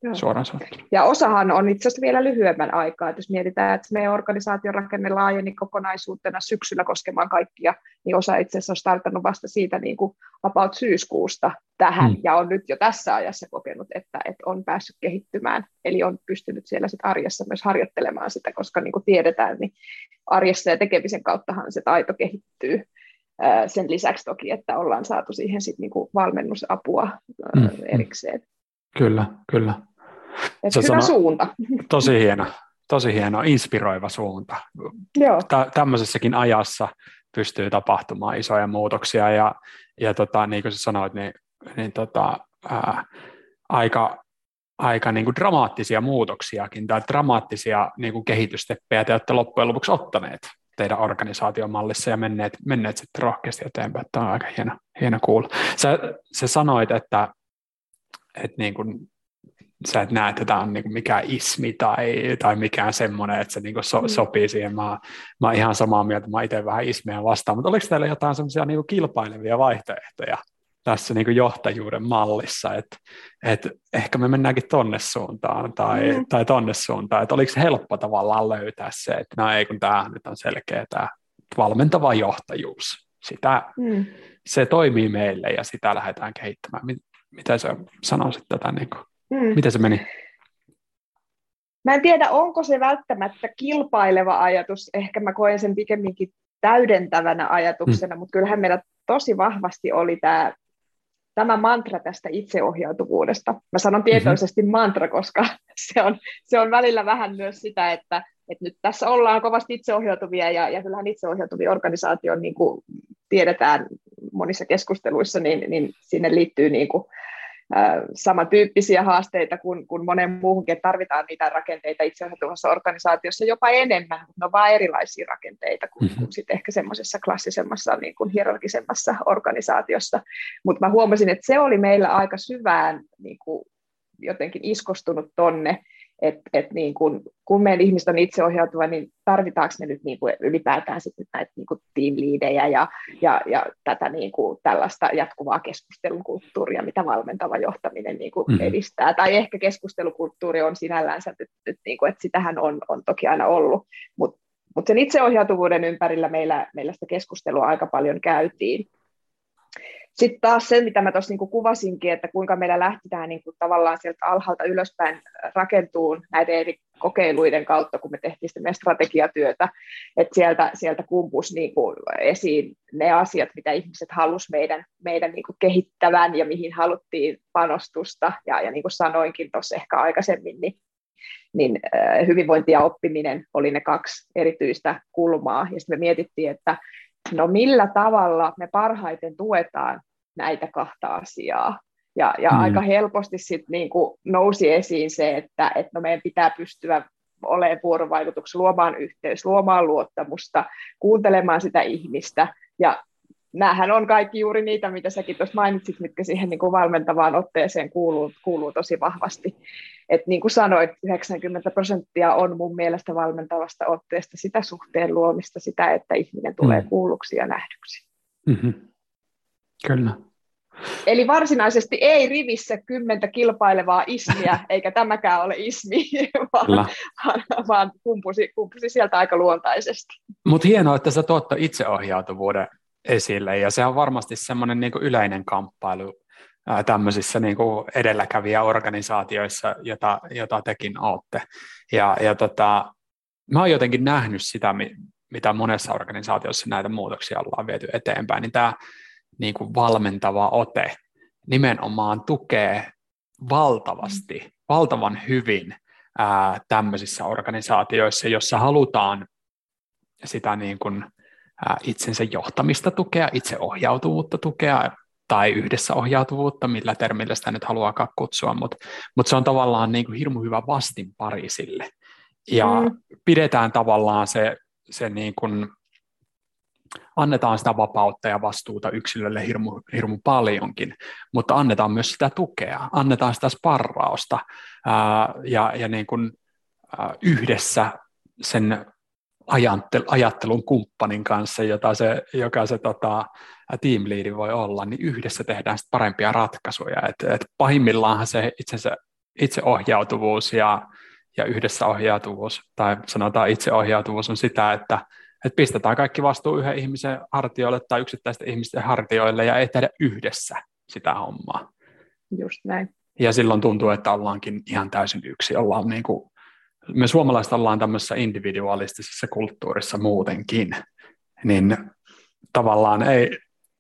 Speaker 1: suoraan sanottuna.
Speaker 3: Ja osahan on itse asiassa vielä lyhyemmän aikaa, että jos mietitään, että meidän organisaation rakenne laajeni kokonaisuutena syksyllä koskemaan kaikkia, niin osa itse asiassa on startannut vasta siitä niin kuin about syyskuusta tähän, mm. ja on nyt jo tässä ajassa kokenut, että, että on päässyt kehittymään, eli on pystynyt siellä sit arjessa myös harjoittelemaan sitä, koska niin kuin tiedetään, niin arjessa ja tekemisen kauttahan se taito kehittyy. Sen lisäksi toki, että ollaan saatu siihen sit niin kuin valmennusapua mm. erikseen.
Speaker 1: Kyllä, kyllä.
Speaker 3: Että hyvä sano, suunta.
Speaker 1: Tosi hieno, tosi hieno, inspiroiva suunta.
Speaker 3: Joo.
Speaker 1: Tä, tämmöisessäkin ajassa pystyy tapahtumaan isoja muutoksia ja, ja tota, niin kuin sä sanoit, niin, niin tota, ää, aika, aika niin kuin dramaattisia muutoksiakin tai dramaattisia niin kuin kehitysteppejä te olette loppujen lopuksi ottaneet teidän organisaatiomallissa ja menneet, menneet sitten rohkeasti eteenpäin. Tämä on aika hieno, hieno kuulla. Sä, sä sanoit, että, että niin kuin sä et näe, että tämä on niinku mikään ismi tai, tai mikään semmoinen, että se niinku so, mm. sopii siihen. Mä, mä oon ihan samaa mieltä, mä itse vähän ismeä vastaan, mutta oliko teillä jotain semmoisia niinku kilpailevia vaihtoehtoja tässä niinku johtajuuden mallissa, että et ehkä me mennäänkin tonne suuntaan tai, mm. tai tonne suuntaan, että oliko se helppo tavallaan löytää se, että no ei kun tämä nyt on selkeä tämä valmentava johtajuus, sitä, mm. se toimii meille ja sitä lähdetään kehittämään. Mitä sä sanoisit tätä niinku? Hmm. Miten se meni?
Speaker 3: Mä en tiedä, onko se välttämättä kilpaileva ajatus. Ehkä mä koen sen pikemminkin täydentävänä ajatuksena, hmm. mutta kyllähän meillä tosi vahvasti oli tämä, tämä mantra tästä itseohjautuvuudesta. Mä sanon tietoisesti mm-hmm. mantra, koska se on, se on välillä vähän myös sitä, että, että nyt tässä ollaan kovasti itseohjautuvia ja, ja kyllähän itseohjautuvia organisaatio, niin kuin tiedetään monissa keskusteluissa, niin, niin sinne liittyy niin kuin samantyyppisiä haasteita kuin, kuin monen muuhunkin, että tarvitaan niitä rakenteita itseohjautuvassa organisaatiossa jopa enemmän, mutta ne on vain erilaisia rakenteita kuin, mm-hmm. kuin sitten ehkä semmoisessa klassisemmassa niin kuin hierarkisemmassa organisaatiossa. Mutta mä huomasin, että se oli meillä aika syvään niin kuin jotenkin iskostunut tonne, että et niin kun, kun meidän ihmiset on itseohjautuva, niin tarvitaanko me nyt niin kuin ylipäätään sitten näitä niin kuin team leadejä ja, ja, ja tätä niin kuin tällaista jatkuvaa keskustelukulttuuria, mitä valmentava johtaminen niin kuin mm-hmm. edistää. Tai ehkä keskustelukulttuuri on sinällänsä, nyt, nyt, niin kuin, että sitähän on, on toki aina ollut, mutta mut sen itseohjautuvuuden ympärillä meillä, meillä sitä keskustelua aika paljon käytiin. Sitten taas se, mitä mä tuossa niinku kuvasinkin, että kuinka meillä lähti tähän niinku tavallaan sieltä alhaalta ylöspäin rakentuun näiden eri kokeiluiden kautta, kun me tehtiin sitä meidän strategiatyötä, että sieltä, sieltä kumpusi niinku esiin ne asiat, mitä ihmiset halusivat meidän, meidän niinku kehittävän ja mihin haluttiin panostusta. Ja, ja niin kuin sanoinkin tuossa ehkä aikaisemmin, niin, niin hyvinvointi ja oppiminen oli ne kaksi erityistä kulmaa. Ja sitten me mietittiin, että no millä tavalla me parhaiten tuetaan näitä kahta asiaa. Ja, ja mm. aika helposti sit niinku nousi esiin se, että et no meidän pitää pystyä olemaan vuorovaikutuksessa, luomaan yhteys, luomaan luottamusta, kuuntelemaan sitä ihmistä. Ja näähän on kaikki juuri niitä, mitä säkin tuossa mainitsit, mitkä siihen niinku valmentavaan otteeseen kuuluu, kuuluu tosi vahvasti. Et niin kuin sanoit, yhdeksänkymmentä prosenttia on mun mielestä valmentavasta otteesta sitä suhteen luomista, sitä, että ihminen tulee mm. kuulluksi ja nähdyksi.
Speaker 1: Mm-hmm. Kyllä.
Speaker 3: Eli varsinaisesti ei rivissä kymmentä kilpailevaa ismiä, eikä tämäkään ole ismi, vaan, vaan kumpusi, kumpusi sieltä aika luontaisesti.
Speaker 1: Mutta hienoa, että sä tuot itseohjautuvuuden esille, ja se on varmasti semmoinen niin kuin yleinen kamppailu ää, tämmöisissä niin kuin edelläkävijäorganisaatioissa, jota, jota tekin olette. Ja, ja tota, mä oon jotenkin nähnyt sitä, mitä monessa organisaatiossa näitä muutoksia ollaan viety eteenpäin, niin tämä niin kuin valmentava ote nimenomaan tukee valtavasti, mm. valtavan hyvin ää, tämmöisissä organisaatioissa, jossa halutaan sitä niin kuin, ää, itsensä johtamista tukea, itseohjautuvuutta tukea tai yhdessä ohjautuvuutta, millä termillä sitä nyt haluaakaan kutsua, mutta mut se on tavallaan niin kuin hirmu hyvä vastinpari sille. Ja mm. pidetään tavallaan se, se niin kuin, annetaan sitä vapautta ja vastuuta yksilölle hirmu, hirmu paljonkin, mutta annetaan myös sitä tukea, annetaan sitä sparrausta ää, ja, ja niin kuin, ää, yhdessä sen ajattelun kumppanin kanssa, jota se, joka se tota, team lead voi olla, niin yhdessä tehdään parempia ratkaisuja. Et, et pahimmillaanhan se itse asiassa itseohjautuvuus ja, ja yhdessä ohjautuvuus, tai sanotaan itseohjautuvuus on sitä, että, että pistetään kaikki vastuu yhden ihmisen hartioille tai yksittäisten ihmisten hartioille ja ei tehdä yhdessä sitä hommaa.
Speaker 3: Just näin.
Speaker 1: Ja silloin tuntuu, että ollaankin ihan täysin yksi. Ollaan niin kuin, me suomalaiset ollaan tämmöisessä individualistisessa kulttuurissa muutenkin, niin tavallaan ei,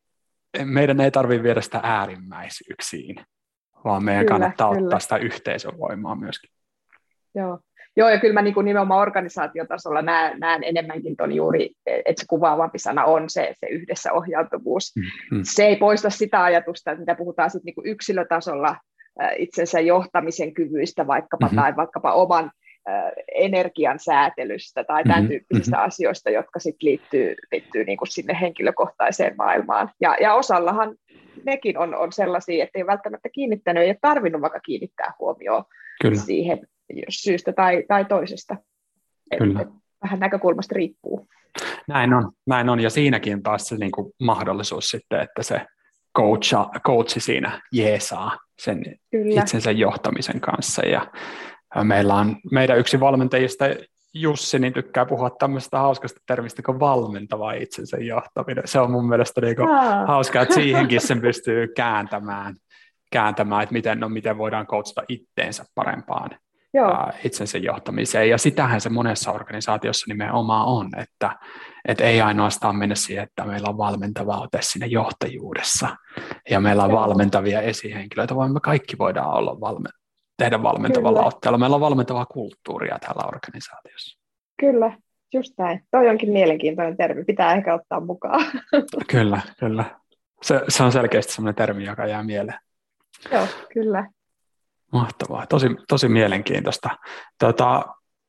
Speaker 1: meidän ei tarvitse viedä sitä äärimmäisyyksiin, vaan meidän kyllä, kannattaa kyllä. ottaa sitä yhteisövoimaa myöskin.
Speaker 3: Joo. Joo, ja kyllä mä niin kuin nimenomaan organisaatiotasolla näen, näen enemmänkin ton juuri, että se kuvaavampi sana on se, se yhdessä ohjautuvuus. Mm-hmm. Se ei poista sitä ajatusta, että mitä puhutaan sit niin kuin yksilötasolla itsensä johtamisen kyvyistä vaikkapa, mm-hmm. tai vaikkapa oman äh, energian säätelystä tai tämän mm-hmm. tyyppisistä mm-hmm. asioista, jotka sit liittyy, liittyy niin kuin sinne henkilökohtaiseen maailmaan. Ja, ja osallahan nekin on, on sellaisia, että ei välttämättä kiinnittänyt, ei ole tarvinnut vaikka kiinnittää huomioon Kyllä. siihen syystä tai, tai toisesta. Et, et vähän näkökulmasta riippuu.
Speaker 1: Näin on, näin on. Ja siinäkin taas se niin kuin mahdollisuus sitten, että se coacha, coachi siinä jeesaa sen Kyllä. itsensä johtamisen kanssa. Ja meillä on meidän yksi valmentajista, Jussi, niin tykkää puhua tämmöistä hauskasta termistä kuin valmentava itsensä johtaminen. Se on mun mielestä niin kuin hauskaa, että siihenkin sen pystyy kääntämään, kääntämään että miten, no, miten voidaan coachata itteensä parempaan Joo. itsensä johtamiseen. Ja sitähän se monessa organisaatiossa nimenomaan on, että, että ei ainoastaan mennä siihen, että meillä on valmentava ote siinä johtajuudessa ja meillä on Joo. valmentavia esihenkilöitä, vaan me kaikki voidaan olla valme- tehdä valmentavalla Kyllä. otteella. Meillä on valmentavaa kulttuuria täällä organisaatiossa.
Speaker 3: Kyllä, just näin. Toi onkin mielenkiintoinen termi, pitää ehkä ottaa mukaan.
Speaker 1: Kyllä, kyllä. Se, se on selkeästi sellainen termi, joka jää mieleen.
Speaker 3: Joo, kyllä.
Speaker 1: Mahtavaa, tosi, tosi mielenkiintoista. Tota,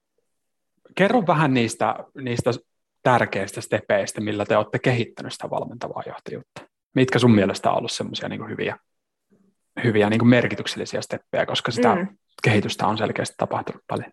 Speaker 1: kerro vähän niistä, niistä tärkeistä stepeistä, millä te olette kehittänyt sitä valmentavaa johtajuutta. Mitkä sun mielestä on ollut semmoisia niin kuin hyviä, hyviä niin kuin merkityksellisiä steppejä, koska sitä mm. kehitystä on selkeästi tapahtunut paljon?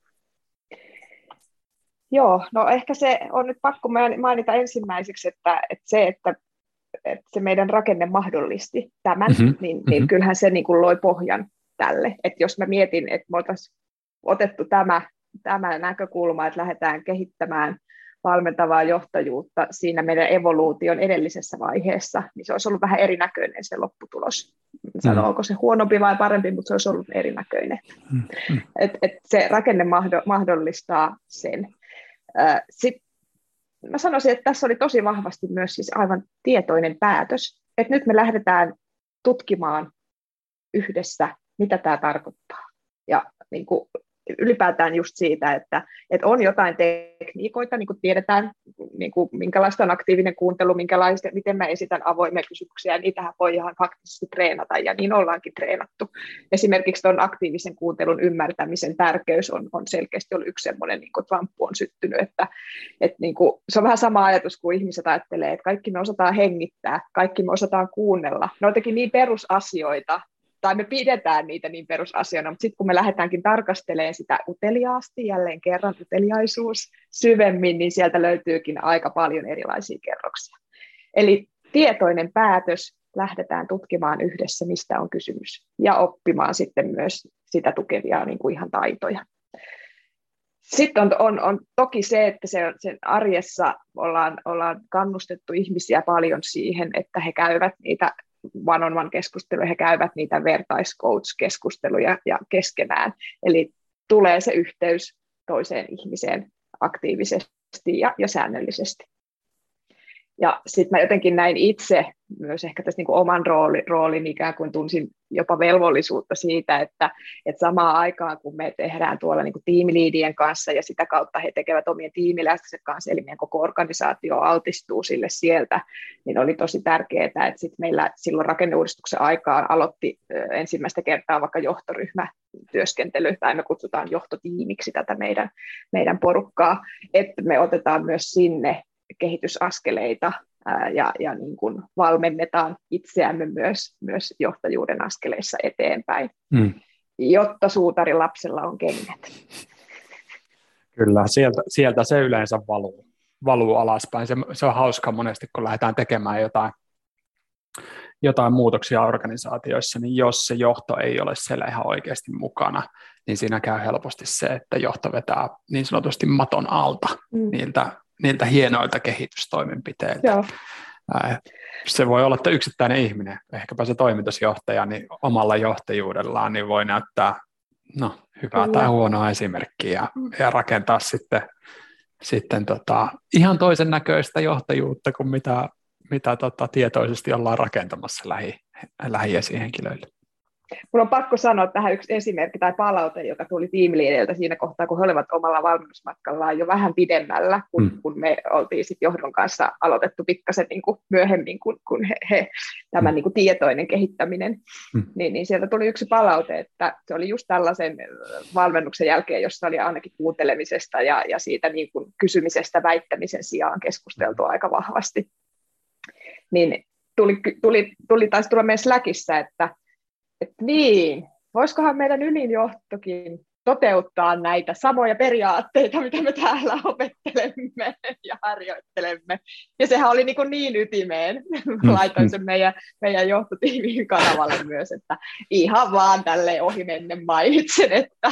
Speaker 3: Joo, no ehkä se on nyt pakko mainita ensimmäiseksi, että, että se, että, että se meidän rakenne mahdollisti tämän, mm-hmm. niin, niin mm-hmm. kyllähän se niin kuin loi pohjan tälle. Että jos mä mietin, että me oltaisiin otettu tämä, tämä näkökulma, että lähdetään kehittämään valmentavaa johtajuutta siinä meidän evoluution edellisessä vaiheessa, niin se olisi ollut vähän erinäköinen se lopputulos. Sano, onko se huonompi vai parempi, mutta se olisi ollut erinäköinen. Mm-hmm. Et, et se rakenne mahdollistaa sen. Sitten mä sanoisin, että tässä oli tosi vahvasti myös siis aivan tietoinen päätös, että nyt me lähdetään tutkimaan yhdessä, mitä tämä tarkoittaa. Ja niin kuin ylipäätään just siitä, että, että on jotain tekniikoita, niin kuin tiedetään, niin kuin minkälaista on aktiivinen kuuntelu, minkälaista, miten mä esitän avoimia kysymyksiä, ja niitähän voi ihan faktisesti treenata, ja niin ollaankin treenattu. Esimerkiksi tuon aktiivisen kuuntelun ymmärtämisen tärkeys on, on selkeästi ollut yksi semmoinen, niin kuin lamppu on syttynyt, että, että niin kuin, se on vähän sama ajatus kuin ihmiset ajattelee, että kaikki me osataan hengittää, kaikki me osataan kuunnella. Ne on jotenkin niin perusasioita, tai me pidetään niitä niin perusasioina, mutta sitten kun me lähdetäänkin tarkastelemaan sitä uteliaasti, jälleen kerran uteliaisuus syvemmin, niin sieltä löytyykin aika paljon erilaisia kerroksia. Eli tietoinen päätös, lähdetään tutkimaan yhdessä, mistä on kysymys, ja oppimaan sitten myös sitä tukevia niin kuin ihan taitoja. Sitten on, on, on toki se, että se, sen arjessa ollaan, ollaan kannustettu ihmisiä paljon siihen, että he käyvät niitä one-on-one keskusteluja, he käyvät niitä vertaiscoach-keskusteluja ja keskenään. Eli tulee se yhteys toiseen ihmiseen aktiivisesti ja, ja säännöllisesti. Ja sitten mä jotenkin näin itse myös ehkä tässä niin kuin oman rooli, roolin ikään kuin tunsin jopa velvollisuutta siitä, että, että samaan aikaan kun me tehdään tuolla niin kuin tiimiliidien kanssa ja sitä kautta he tekevät omien tiimiläistensä kanssa, eli meidän koko organisaatio altistuu sille sieltä, niin oli tosi tärkeää, että sitten meillä silloin rakenneuudistuksen aikaan aloitti ensimmäistä kertaa vaikka johtoryhmätyöskentely, tai me kutsutaan johtotiimiksi tätä meidän, meidän porukkaa, että me otetaan myös sinne kehitysaskeleita ää, ja, ja niin kuin valmennetaan itseämme myös, myös johtajuuden askeleissa eteenpäin, mm. jotta suutarin lapsella on kengät.
Speaker 1: Kyllä, sieltä, sieltä se yleensä valuu, valuu alaspäin. Se, se on hauskaa monesti, kun lähdetään tekemään jotain, jotain muutoksia organisaatioissa, niin jos se johto ei ole siellä ihan oikeasti mukana, niin siinä käy helposti se, että johto vetää niin sanotusti maton alta mm. niiltä, niiltä hienoilta kehitystoimenpiteiltä. Joo. Se voi olla, että yksittäinen ihminen, ehkäpä se toimitusjohtaja, niin omalla johtajuudellaan niin voi näyttää no, hyvää Kyllä. tai huonoa esimerkkiä ja, ja rakentaa sitten, sitten tota, ihan toisen näköistä johtajuutta kuin mitä, mitä tota, tietoisesti ollaan rakentamassa lähi, lähiesihenkilöille.
Speaker 3: Mun on pakko sanoa tähän yksi esimerkki tai palaute, joka tuli tiimiliideiltä siinä kohtaa, kun he olivat omalla valmennusmatkallaan jo vähän pidemmällä, kun, mm. kun me oltiin sit johdon kanssa aloitettu pikkasen niin kuin myöhemmin kuin, kuin he, he, tämä mm. niin kuin tietoinen kehittäminen. Mm. Niin, niin sieltä tuli yksi palaute, että se oli just tällaisen valmennuksen jälkeen, jossa oli ainakin kuuntelemisesta ja, ja siitä niin kuin kysymisestä väittämisen sijaan keskusteltu aika vahvasti. Niin tuli, tuli, tuli taisi tulla meidän Slackissa, että Että niin, voisikohan meidän ylinjohtokin toteuttaa näitä samoja periaatteita, mitä me täällä opettelemme ja harjoittelemme. Ja sehän oli niin, niin ytimeen. Laitoin sen meidän, meidän johtotiimin kanavalle myös, että ihan vaan tälleen ohimennen mainitsen. Että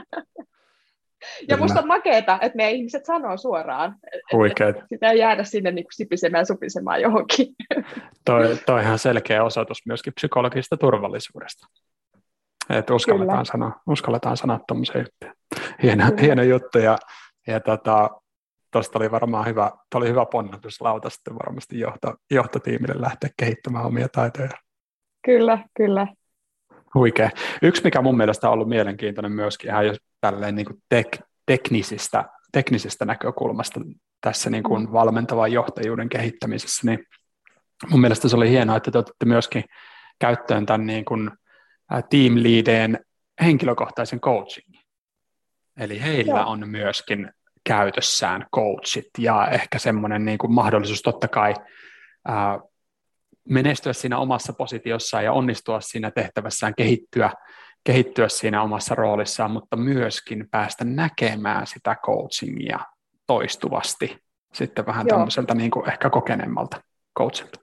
Speaker 3: ja musta on makeeta, että meidän ihmiset sanoo suoraan. Että sitä ei jäädä sinne niin kuin sipisemään ja supisemaan johonkin.
Speaker 1: Toi, toi on ihan selkeä osoitus myöskin psykologisesta turvallisuudesta. Että uskalletaan sanoa, uskalletaan sanoa tuommoisia juttuja. Hieno, hieno juttu. Ja, ja tuosta tota, oli varmaan hyvä, oli hyvä ponnahduslauta sitten varmasti johto, johtotiimille lähteä kehittämään omia taitoja.
Speaker 3: Kyllä, kyllä.
Speaker 1: Huikea. Yksi, mikä mun mielestä on ollut mielenkiintoinen myöskin ihan jos tälleen niin kuin tek, teknisistä, teknisestä näkökulmasta tässä niin kuin valmentavan johtajuuden kehittämisessä, niin mun mielestä se oli hienoa, että te otitte myöskin käyttöön tämän niin kuin team leadien henkilökohtaisen coachingin. Eli heillä Joo. on myöskin käytössään coachit ja ehkä semmoinen niin kuin mahdollisuus totta kai ää, menestyä siinä omassa positiossaan ja onnistua siinä tehtävässään, kehittyä, kehittyä siinä omassa roolissaan, mutta myöskin päästä näkemään sitä coachingia toistuvasti sitten vähän Joo. tämmöiseltä niin kuin ehkä kokeneemmalta coachilta.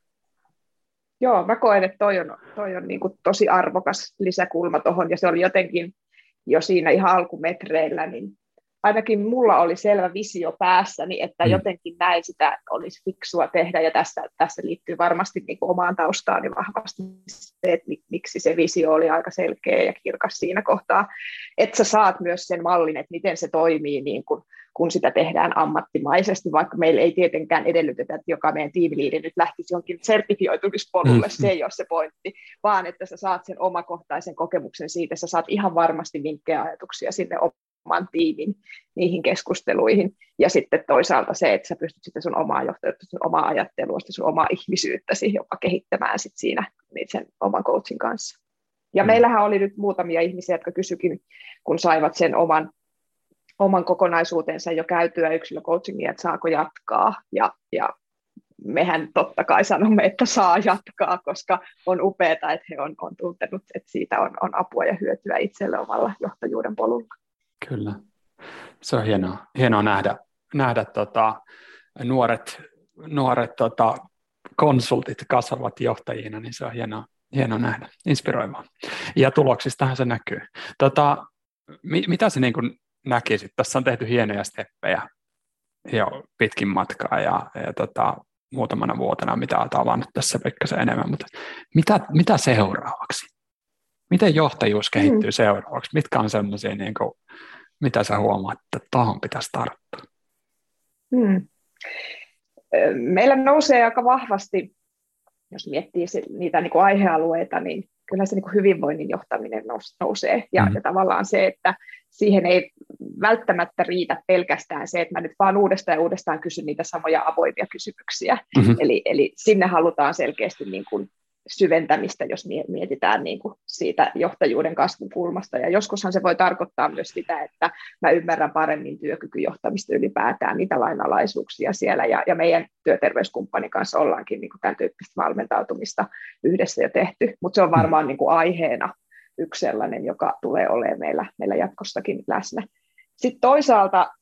Speaker 3: Joo, mä koen, että toi on, toi on niin kuin tosi arvokas lisäkulma tuohon, ja se oli jotenkin jo siinä ihan alkumetreillä, niin ainakin mulla oli selvä visio päässäni, että mm. jotenkin näin sitä olisi fiksua tehdä, ja tässä, tässä liittyy varmasti niin kuin omaan taustaani vahvasti se, että miksi se visio oli aika selkeä ja kirkas siinä kohtaa, että sä saat myös sen mallin, että miten se toimii, niin kuin, kun sitä tehdään ammattimaisesti, vaikka meillä ei tietenkään edellytetä, että joka meidän tiimiliidi nyt lähtisi jonkin sertifioitumispolulle, mm. se ei ole se pointti, vaan että sä saat sen omakohtaisen kokemuksen siitä, sä saat ihan varmasti vinkkejä ajatuksia sinne oman tiimin niihin keskusteluihin, ja sitten toisaalta se, että sä pystyt sitten sun omaa johtajuutta, sun omaa ajattelua, sun omaa ihmisyyttäsi jopa kehittämään sit siinä sen oman coachin kanssa. Ja mm. meillähän oli nyt muutamia ihmisiä, jotka kysyikin, kun saivat sen oman, oman kokonaisuutensa jo käytyä yksilöcoachingia, että saako jatkaa, ja, ja mehän totta kai sanomme, että saa jatkaa, koska on upeaa, että he on, on tuntenut, että siitä on, on apua ja hyötyä itselle omalla johtajuuden polulla.
Speaker 1: Kyllä. Se on hienoa, hienoa nähdä, nähdä tota, nuoret, nuoret tota, konsultit kasvavat johtajina, niin se on hienoa, hienoa nähdä, inspiroivaa. Ja tuloksistahan se näkyy. Tota, mi, mitä se niin kuin näkisit? Tässä on tehty hienoja steppejä jo pitkin matkaa ja, ja tota, muutamana vuotena, mitä olet avannut tässä pikkasen enemmän, mutta mitä, mitä seuraavaksi? Miten johtajuus kehittyy mm. seuraavaksi? Mitkä on sellaisia, niin kuin, mitä sä huomaat, että tuohon pitäisi tarttua?
Speaker 3: Mm. Meillä nousee aika vahvasti, jos miettii niitä niin kuin aihealueita, niin kyllä se niin kuin hyvinvoinnin johtaminen nousee. Ja, mm. ja tavallaan se, että siihen ei välttämättä riitä pelkästään se, että mä nyt vaan uudestaan ja uudestaan kysyn niitä samoja avoimia kysymyksiä. Mm-hmm. Eli, eli sinne halutaan selkeästi niin kuin syventämistä, jos mietitään niin kuin siitä johtajuuden kasvun kulmasta. Ja joskushan se voi tarkoittaa myös sitä, että mä ymmärrän paremmin työkykyjohtamista ylipäätään, niitä lainalaisuuksia siellä. Ja, ja meidän työterveyskumppanin kanssa ollaankin niin kuin tämän tyyppistä valmentautumista yhdessä jo tehty. Mutta se on varmaan niin kuin aiheena yksi sellainen, joka tulee olemaan meillä, meillä jatkossakin läsnä. Sitten toisaalta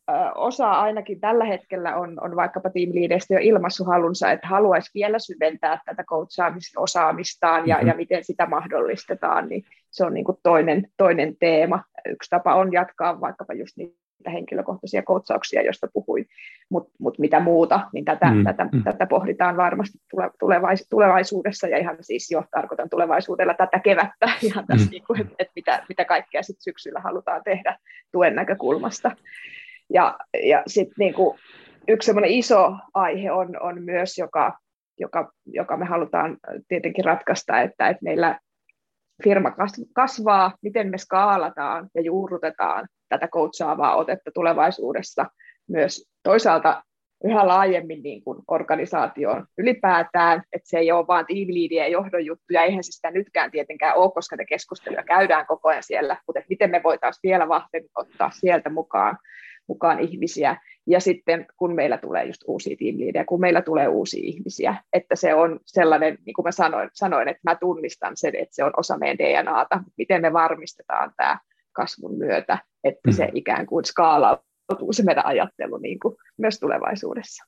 Speaker 3: osa ainakin tällä hetkellä on, on vaikkapa tiimiliideistä jo ilmaissut halunsa, että haluaisi vielä syventää tätä coachaamisosaamistaan ja, mm-hmm. ja miten sitä mahdollistetaan, niin se on niin kuin toinen, toinen teema. Yksi tapa on jatkaa vaikkapa just niitä henkilökohtaisia coachauksia, joista puhuin, mutta mut mitä muuta, niin tätä, mm-hmm. tätä, tätä pohditaan varmasti tulevais, tulevaisuudessa, ja ihan siis jo tarkoitan tulevaisuudella tätä kevättä, ihan tässä, mm-hmm. niin kuin, että, että mitä, mitä kaikkea sit syksyllä halutaan tehdä tuen näkökulmasta. Ja, ja sitten niinku yksi semmoinen iso aihe on, on myös, joka, joka, joka me halutaan tietenkin ratkaista, että, että meillä firma kasvaa, miten me skaalataan ja juurrutetaan tätä coachaavaa otetta tulevaisuudessa myös toisaalta yhä laajemmin niin kuin organisaatioon ylipäätään, että se ei ole vain tiimiliidien ja johdon juttu, ja eihän se sitä nytkään tietenkään ole, koska ne keskusteluja käydään koko ajan siellä, mutta miten me voitaisiin vielä vahvemmin ottaa sieltä mukaan, mukaan ihmisiä, ja sitten kun meillä tulee just uusia tiimiliidejä, kun meillä tulee uusia ihmisiä, että se on sellainen, niin kuin mä sanoin, sanoin, että mä tunnistan sen, että se on osa meidän D N A:ta, miten me varmistetaan tämä kasvun myötä, että mm. se ikään kuin skaalautuu se meidän ajattelu niin kuin myös tulevaisuudessa.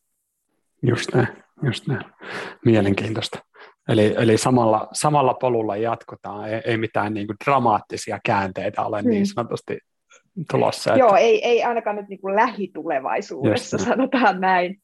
Speaker 3: Just
Speaker 1: näin, just näin. Mielenkiintoista. Eli, eli samalla, samalla polulla jatkotaan, ei, ei mitään niin kuin dramaattisia käänteitä ole mm. niin sanotusti tulossa.
Speaker 3: Joo,
Speaker 1: että...
Speaker 3: ei, ei ainakaan nyt niin kuin lähitulevaisuudessa, sanotaan näin.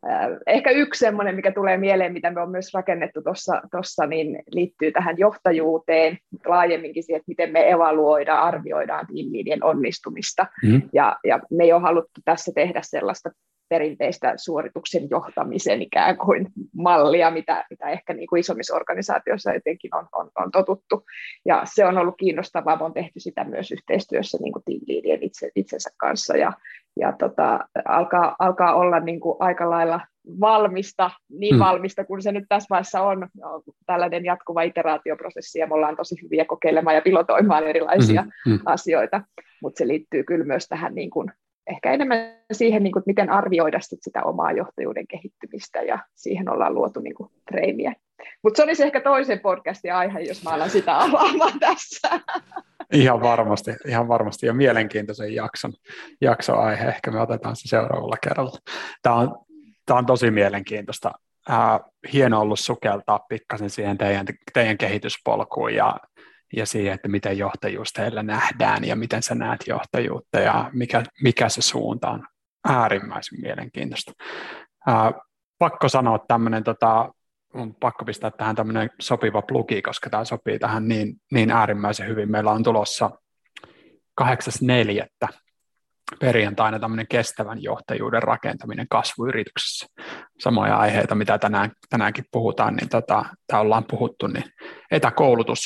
Speaker 3: Ehkä yksi semmoinen, mikä tulee mieleen, mitä me on myös rakennettu tuossa, niin liittyy tähän johtajuuteen, mutta laajemminkin siihen, että miten me evaluoidaan, arvioidaan tiimiliidien onnistumista. Mm. Ja, ja me ei ole haluttu tässä tehdä sellaista perinteistä suorituksen johtamisen ikään kuin mallia, mitä, mitä ehkä niin kuin isommissa organisaatioissa etenkin on, on, on totuttu. Ja se on ollut kiinnostavaa, me on tehty sitä myös yhteistyössä niin kuin tiimiliidien itse, itsensä kanssa, ja, ja tota, alkaa, alkaa olla niin kuin aika lailla valmista, niin mm. valmista kuin se nyt tässä vaiheessa on, no, tällainen jatkuva iteraatioprosessi, ja me ollaan tosi hyviä kokeilemaan ja pilotoimaan erilaisia mm-hmm. asioita, mutta se liittyy kyllä myös tähän niin kuin ehkä enemmän siihen, niin kuin, että miten arvioida sit sitä omaa johtajuuden kehittymistä, ja siihen ollaan luotu niin kuin treimiä. Mutta se olisi ehkä toisen podcastin aihe, jos mä alan sitä avaamaan tässä.
Speaker 1: Ihan varmasti, ihan varmasti, ja mielenkiintoisen jakson, jakson aihe. Ehkä me otetaan se seuraavalla kerralla. Tämä on, tämä on tosi mielenkiintoista. Äh, hieno ollut sukeltaa pikkasen siihen teidän, teidän kehityspolkuun, ja ja siihen, että miten johtajuus teillä nähdään ja miten sä näet johtajuutta ja mikä, mikä se suunta on. Äärimmäisen mielenkiintoista. Ää, pakko sanoa tämmöinen, tota, on pakko pistää tähän tämmöinen sopiva plugi, koska tämä sopii tähän niin, niin äärimmäisen hyvin. Meillä on tulossa kahdeksas neljättä perjantaina tämmöinen kestävän johtajuuden rakentaminen kasvuyrityksessä. Samoja aiheita, mitä tänään, tänäänkin puhutaan, niin tota, tämä ollaan puhuttu, niin etäkoulutus.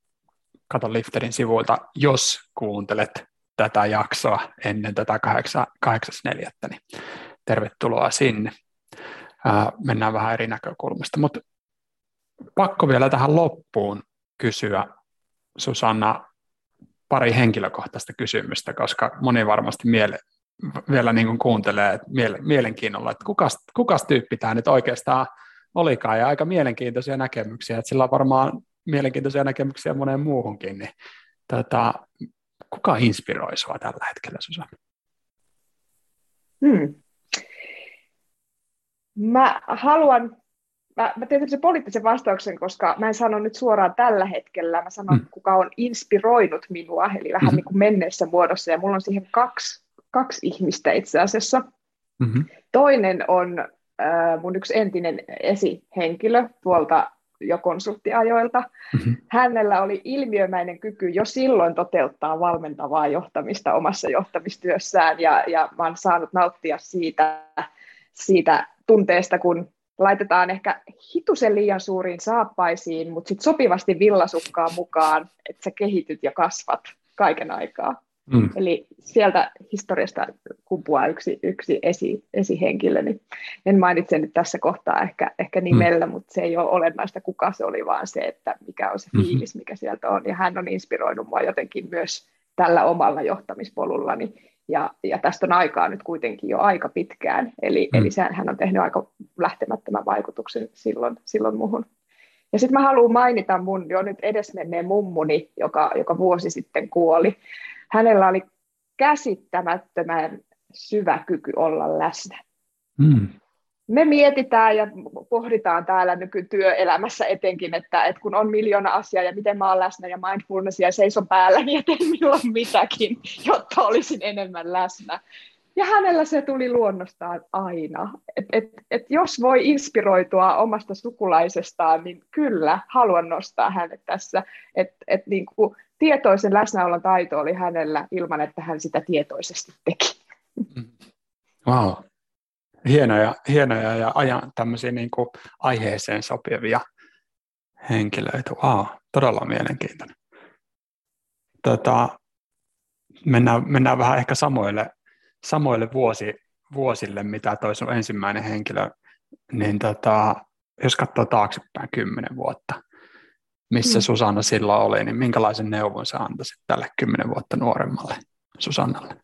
Speaker 1: Kato Lifterin sivuilta, jos kuuntelet tätä jaksoa ennen tätä kahdeksas neljättä, niin tervetuloa sinne. Ää, mennään vähän eri näkökulmasta, mutta pakko vielä tähän loppuun kysyä, Susanna, pari henkilökohtaista kysymystä, koska moni varmasti miele, vielä niin kuin kuuntelee että miele, mielenkiinnolla, että kukas, kukas tyyppi tämä nyt oikeastaan olikaan, ja aika mielenkiintoisia näkemyksiä, että sillä on varmaan mielenkiintoisia näkemyksiä moneen muuhunkin, niin tota, kuka inspiroi sinua tällä hetkellä, Susanna?
Speaker 3: Hmm. Mä haluan, mä, mä teen sen poliittisen vastauksen, koska mä en sano nyt suoraan tällä hetkellä, mä sanon, hmm. kuka on inspiroinut minua, eli vähän hmm. niin kuin menneessä muodossa, ja mulla on siihen kaksi, kaksi ihmistä itse asiassa. Hmm. Toinen on äh, mun yksi entinen esihenkilö tuolta jo konsulttiajoilta. Mm-hmm. Hänellä oli ilmiömäinen kyky jo silloin toteuttaa valmentavaa johtamista omassa johtamistyössään, ja, ja mä oon saanut nauttia siitä, siitä tunteesta, kun laitetaan ehkä hitusen liian suuriin saappaisiin, mutta sitten sopivasti villasukkaa mukaan, että sä kehityt ja kasvat kaiken aikaa. Mm. Eli sieltä historiasta kumpuaa yksi, yksi esi, esihenkilö, niin en mainitse nyt tässä kohtaa ehkä, ehkä nimellä, mm. mutta se ei ole olennaista, kuka se oli, vaan se, että mikä on se fiilis, mikä sieltä on. Ja hän on inspiroinut mua jotenkin myös tällä omalla johtamispolullani. Ja, ja tästä on aikaa nyt kuitenkin jo aika pitkään. Eli, mm. eli sehän, hän on tehnyt aika lähtemättömän vaikutuksen silloin, silloin muhun. Ja sitten mä haluan mainita mun jo nyt edesmenneen mummuni, joka, joka vuosi sitten kuoli. Hänellä oli käsittämättömän syvä kyky olla läsnä.
Speaker 1: Mm.
Speaker 3: Me mietitään ja pohditaan täällä nykytyöelämässä etenkin, että, että kun on miljoona asiaa ja miten mä oon läsnä ja mindfulness ja seison päällä, niin teen milloin mitäkin, jotta olisin enemmän läsnä. Ja hänellä se tuli luonnostaan aina. Et, et, et jos voi inspiroitua omasta sukulaisestaan, niin kyllä haluan nostaa hänet tässä. Et, et niin kuin tietoisen läsnäolon taito oli hänellä ilman, että hän sitä tietoisesti teki.
Speaker 1: Wow. Hienoja, hienoja ja ajan tämmöisiä niin kuin aiheeseen sopivia henkilöitä. Wow, todella mielenkiintoinen. Tota, mennään, mennään vähän ehkä samoille, samoille vuosi, vuosille, mitä toi sun ensimmäinen henkilö, niin tota, jos katsoo taaksepäin kymmenen vuotta, missä mm. Susanna silloin oli, niin minkälaisen neuvon sä antaisit tälle kymmenen vuotta nuoremmalle Susannalle?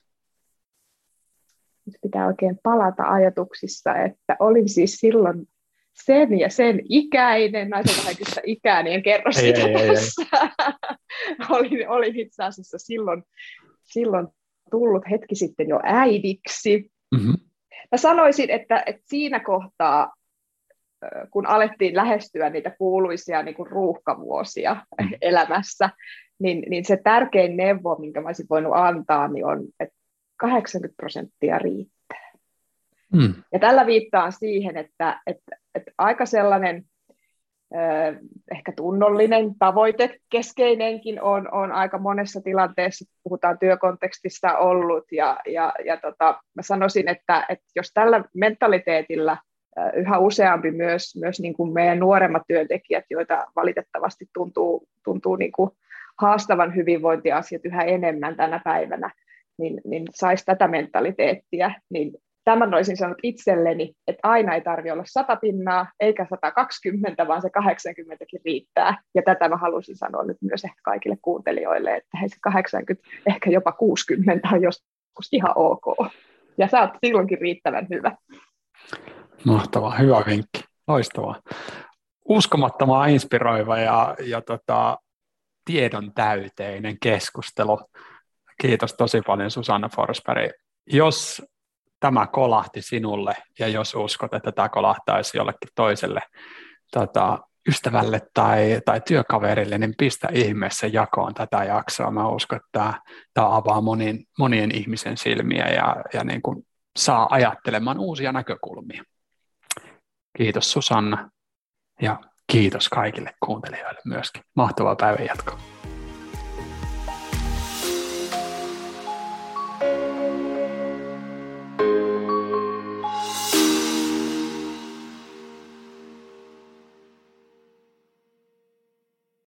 Speaker 3: Nyt pitää oikein palata ajatuksissa, että olin siis silloin sen ja sen ikäinen, naiselta haikuista ikää, niin en kerro sitä ei, ei, tässä. Ei, ei. olin, olin itse asiassa silloin, silloin tullut hetki sitten jo äidiksi. Mm-hmm. Mä sanoisin, että, että siinä kohtaa, kun alettiin lähestyä niitä kuuluisia niin kuin ruuhkavuosia mm-hmm. elämässä, niin, niin se tärkein neuvo, minkä mä olisin voinut antaa, niin on, että kahdeksankymmentä prosenttia riittää. Mm. Ja tällä viittaan siihen, että, että, että aika sellainen äh, ehkä tunnollinen, tavoitekeskeinenkin on, on aika monessa tilanteessa, puhutaan työkontekstissa ollut, ja, ja, ja tota, mä sanoisin, että, että jos tällä mentaliteetillä äh, yhä useampi myös, myös niin kuin meidän nuoremmat työntekijät, joita valitettavasti tuntuu, tuntuu niin kuin haastavan hyvinvointiasiat yhä enemmän tänä päivänä, niin, niin saisi tätä mentaliteettia, niin tämän olisin sanonut itselleni, että aina ei tarvitse olla sata pinnaa, eikä sata kaksikymmentä, vaan se kahdeksankymmentäkin riittää. Ja tätä mä halusin sanoa nyt myös ehkä kaikille kuuntelijoille, että hei se kahdeksankymmentä, ehkä jopa kuusikymmentä on joskus ihan ok. Ja sä oot silloinkin riittävän hyvä.
Speaker 1: Mahtavaa, hyvä vinkki, loistavaa. Uskomattoman inspiroiva ja, ja tota, tiedon täyteinen keskustelu. Kiitos tosi paljon Susanna Forsberg. Jos tämä kolahti sinulle ja jos uskot, että tämä kolahtaisi jollekin toiselle tota, ystävälle tai, tai työkaverille, niin pistä ihmeessä jakoon tätä jaksoa. Mä uskon, että tämä, tämä avaa monien, monien ihmisen silmiä ja, ja niin kuin saa ajattelemaan uusia näkökulmia. Kiitos Susanna ja kiitos kaikille kuuntelijoille myöskin. Mahtavaa päivän jatkoa.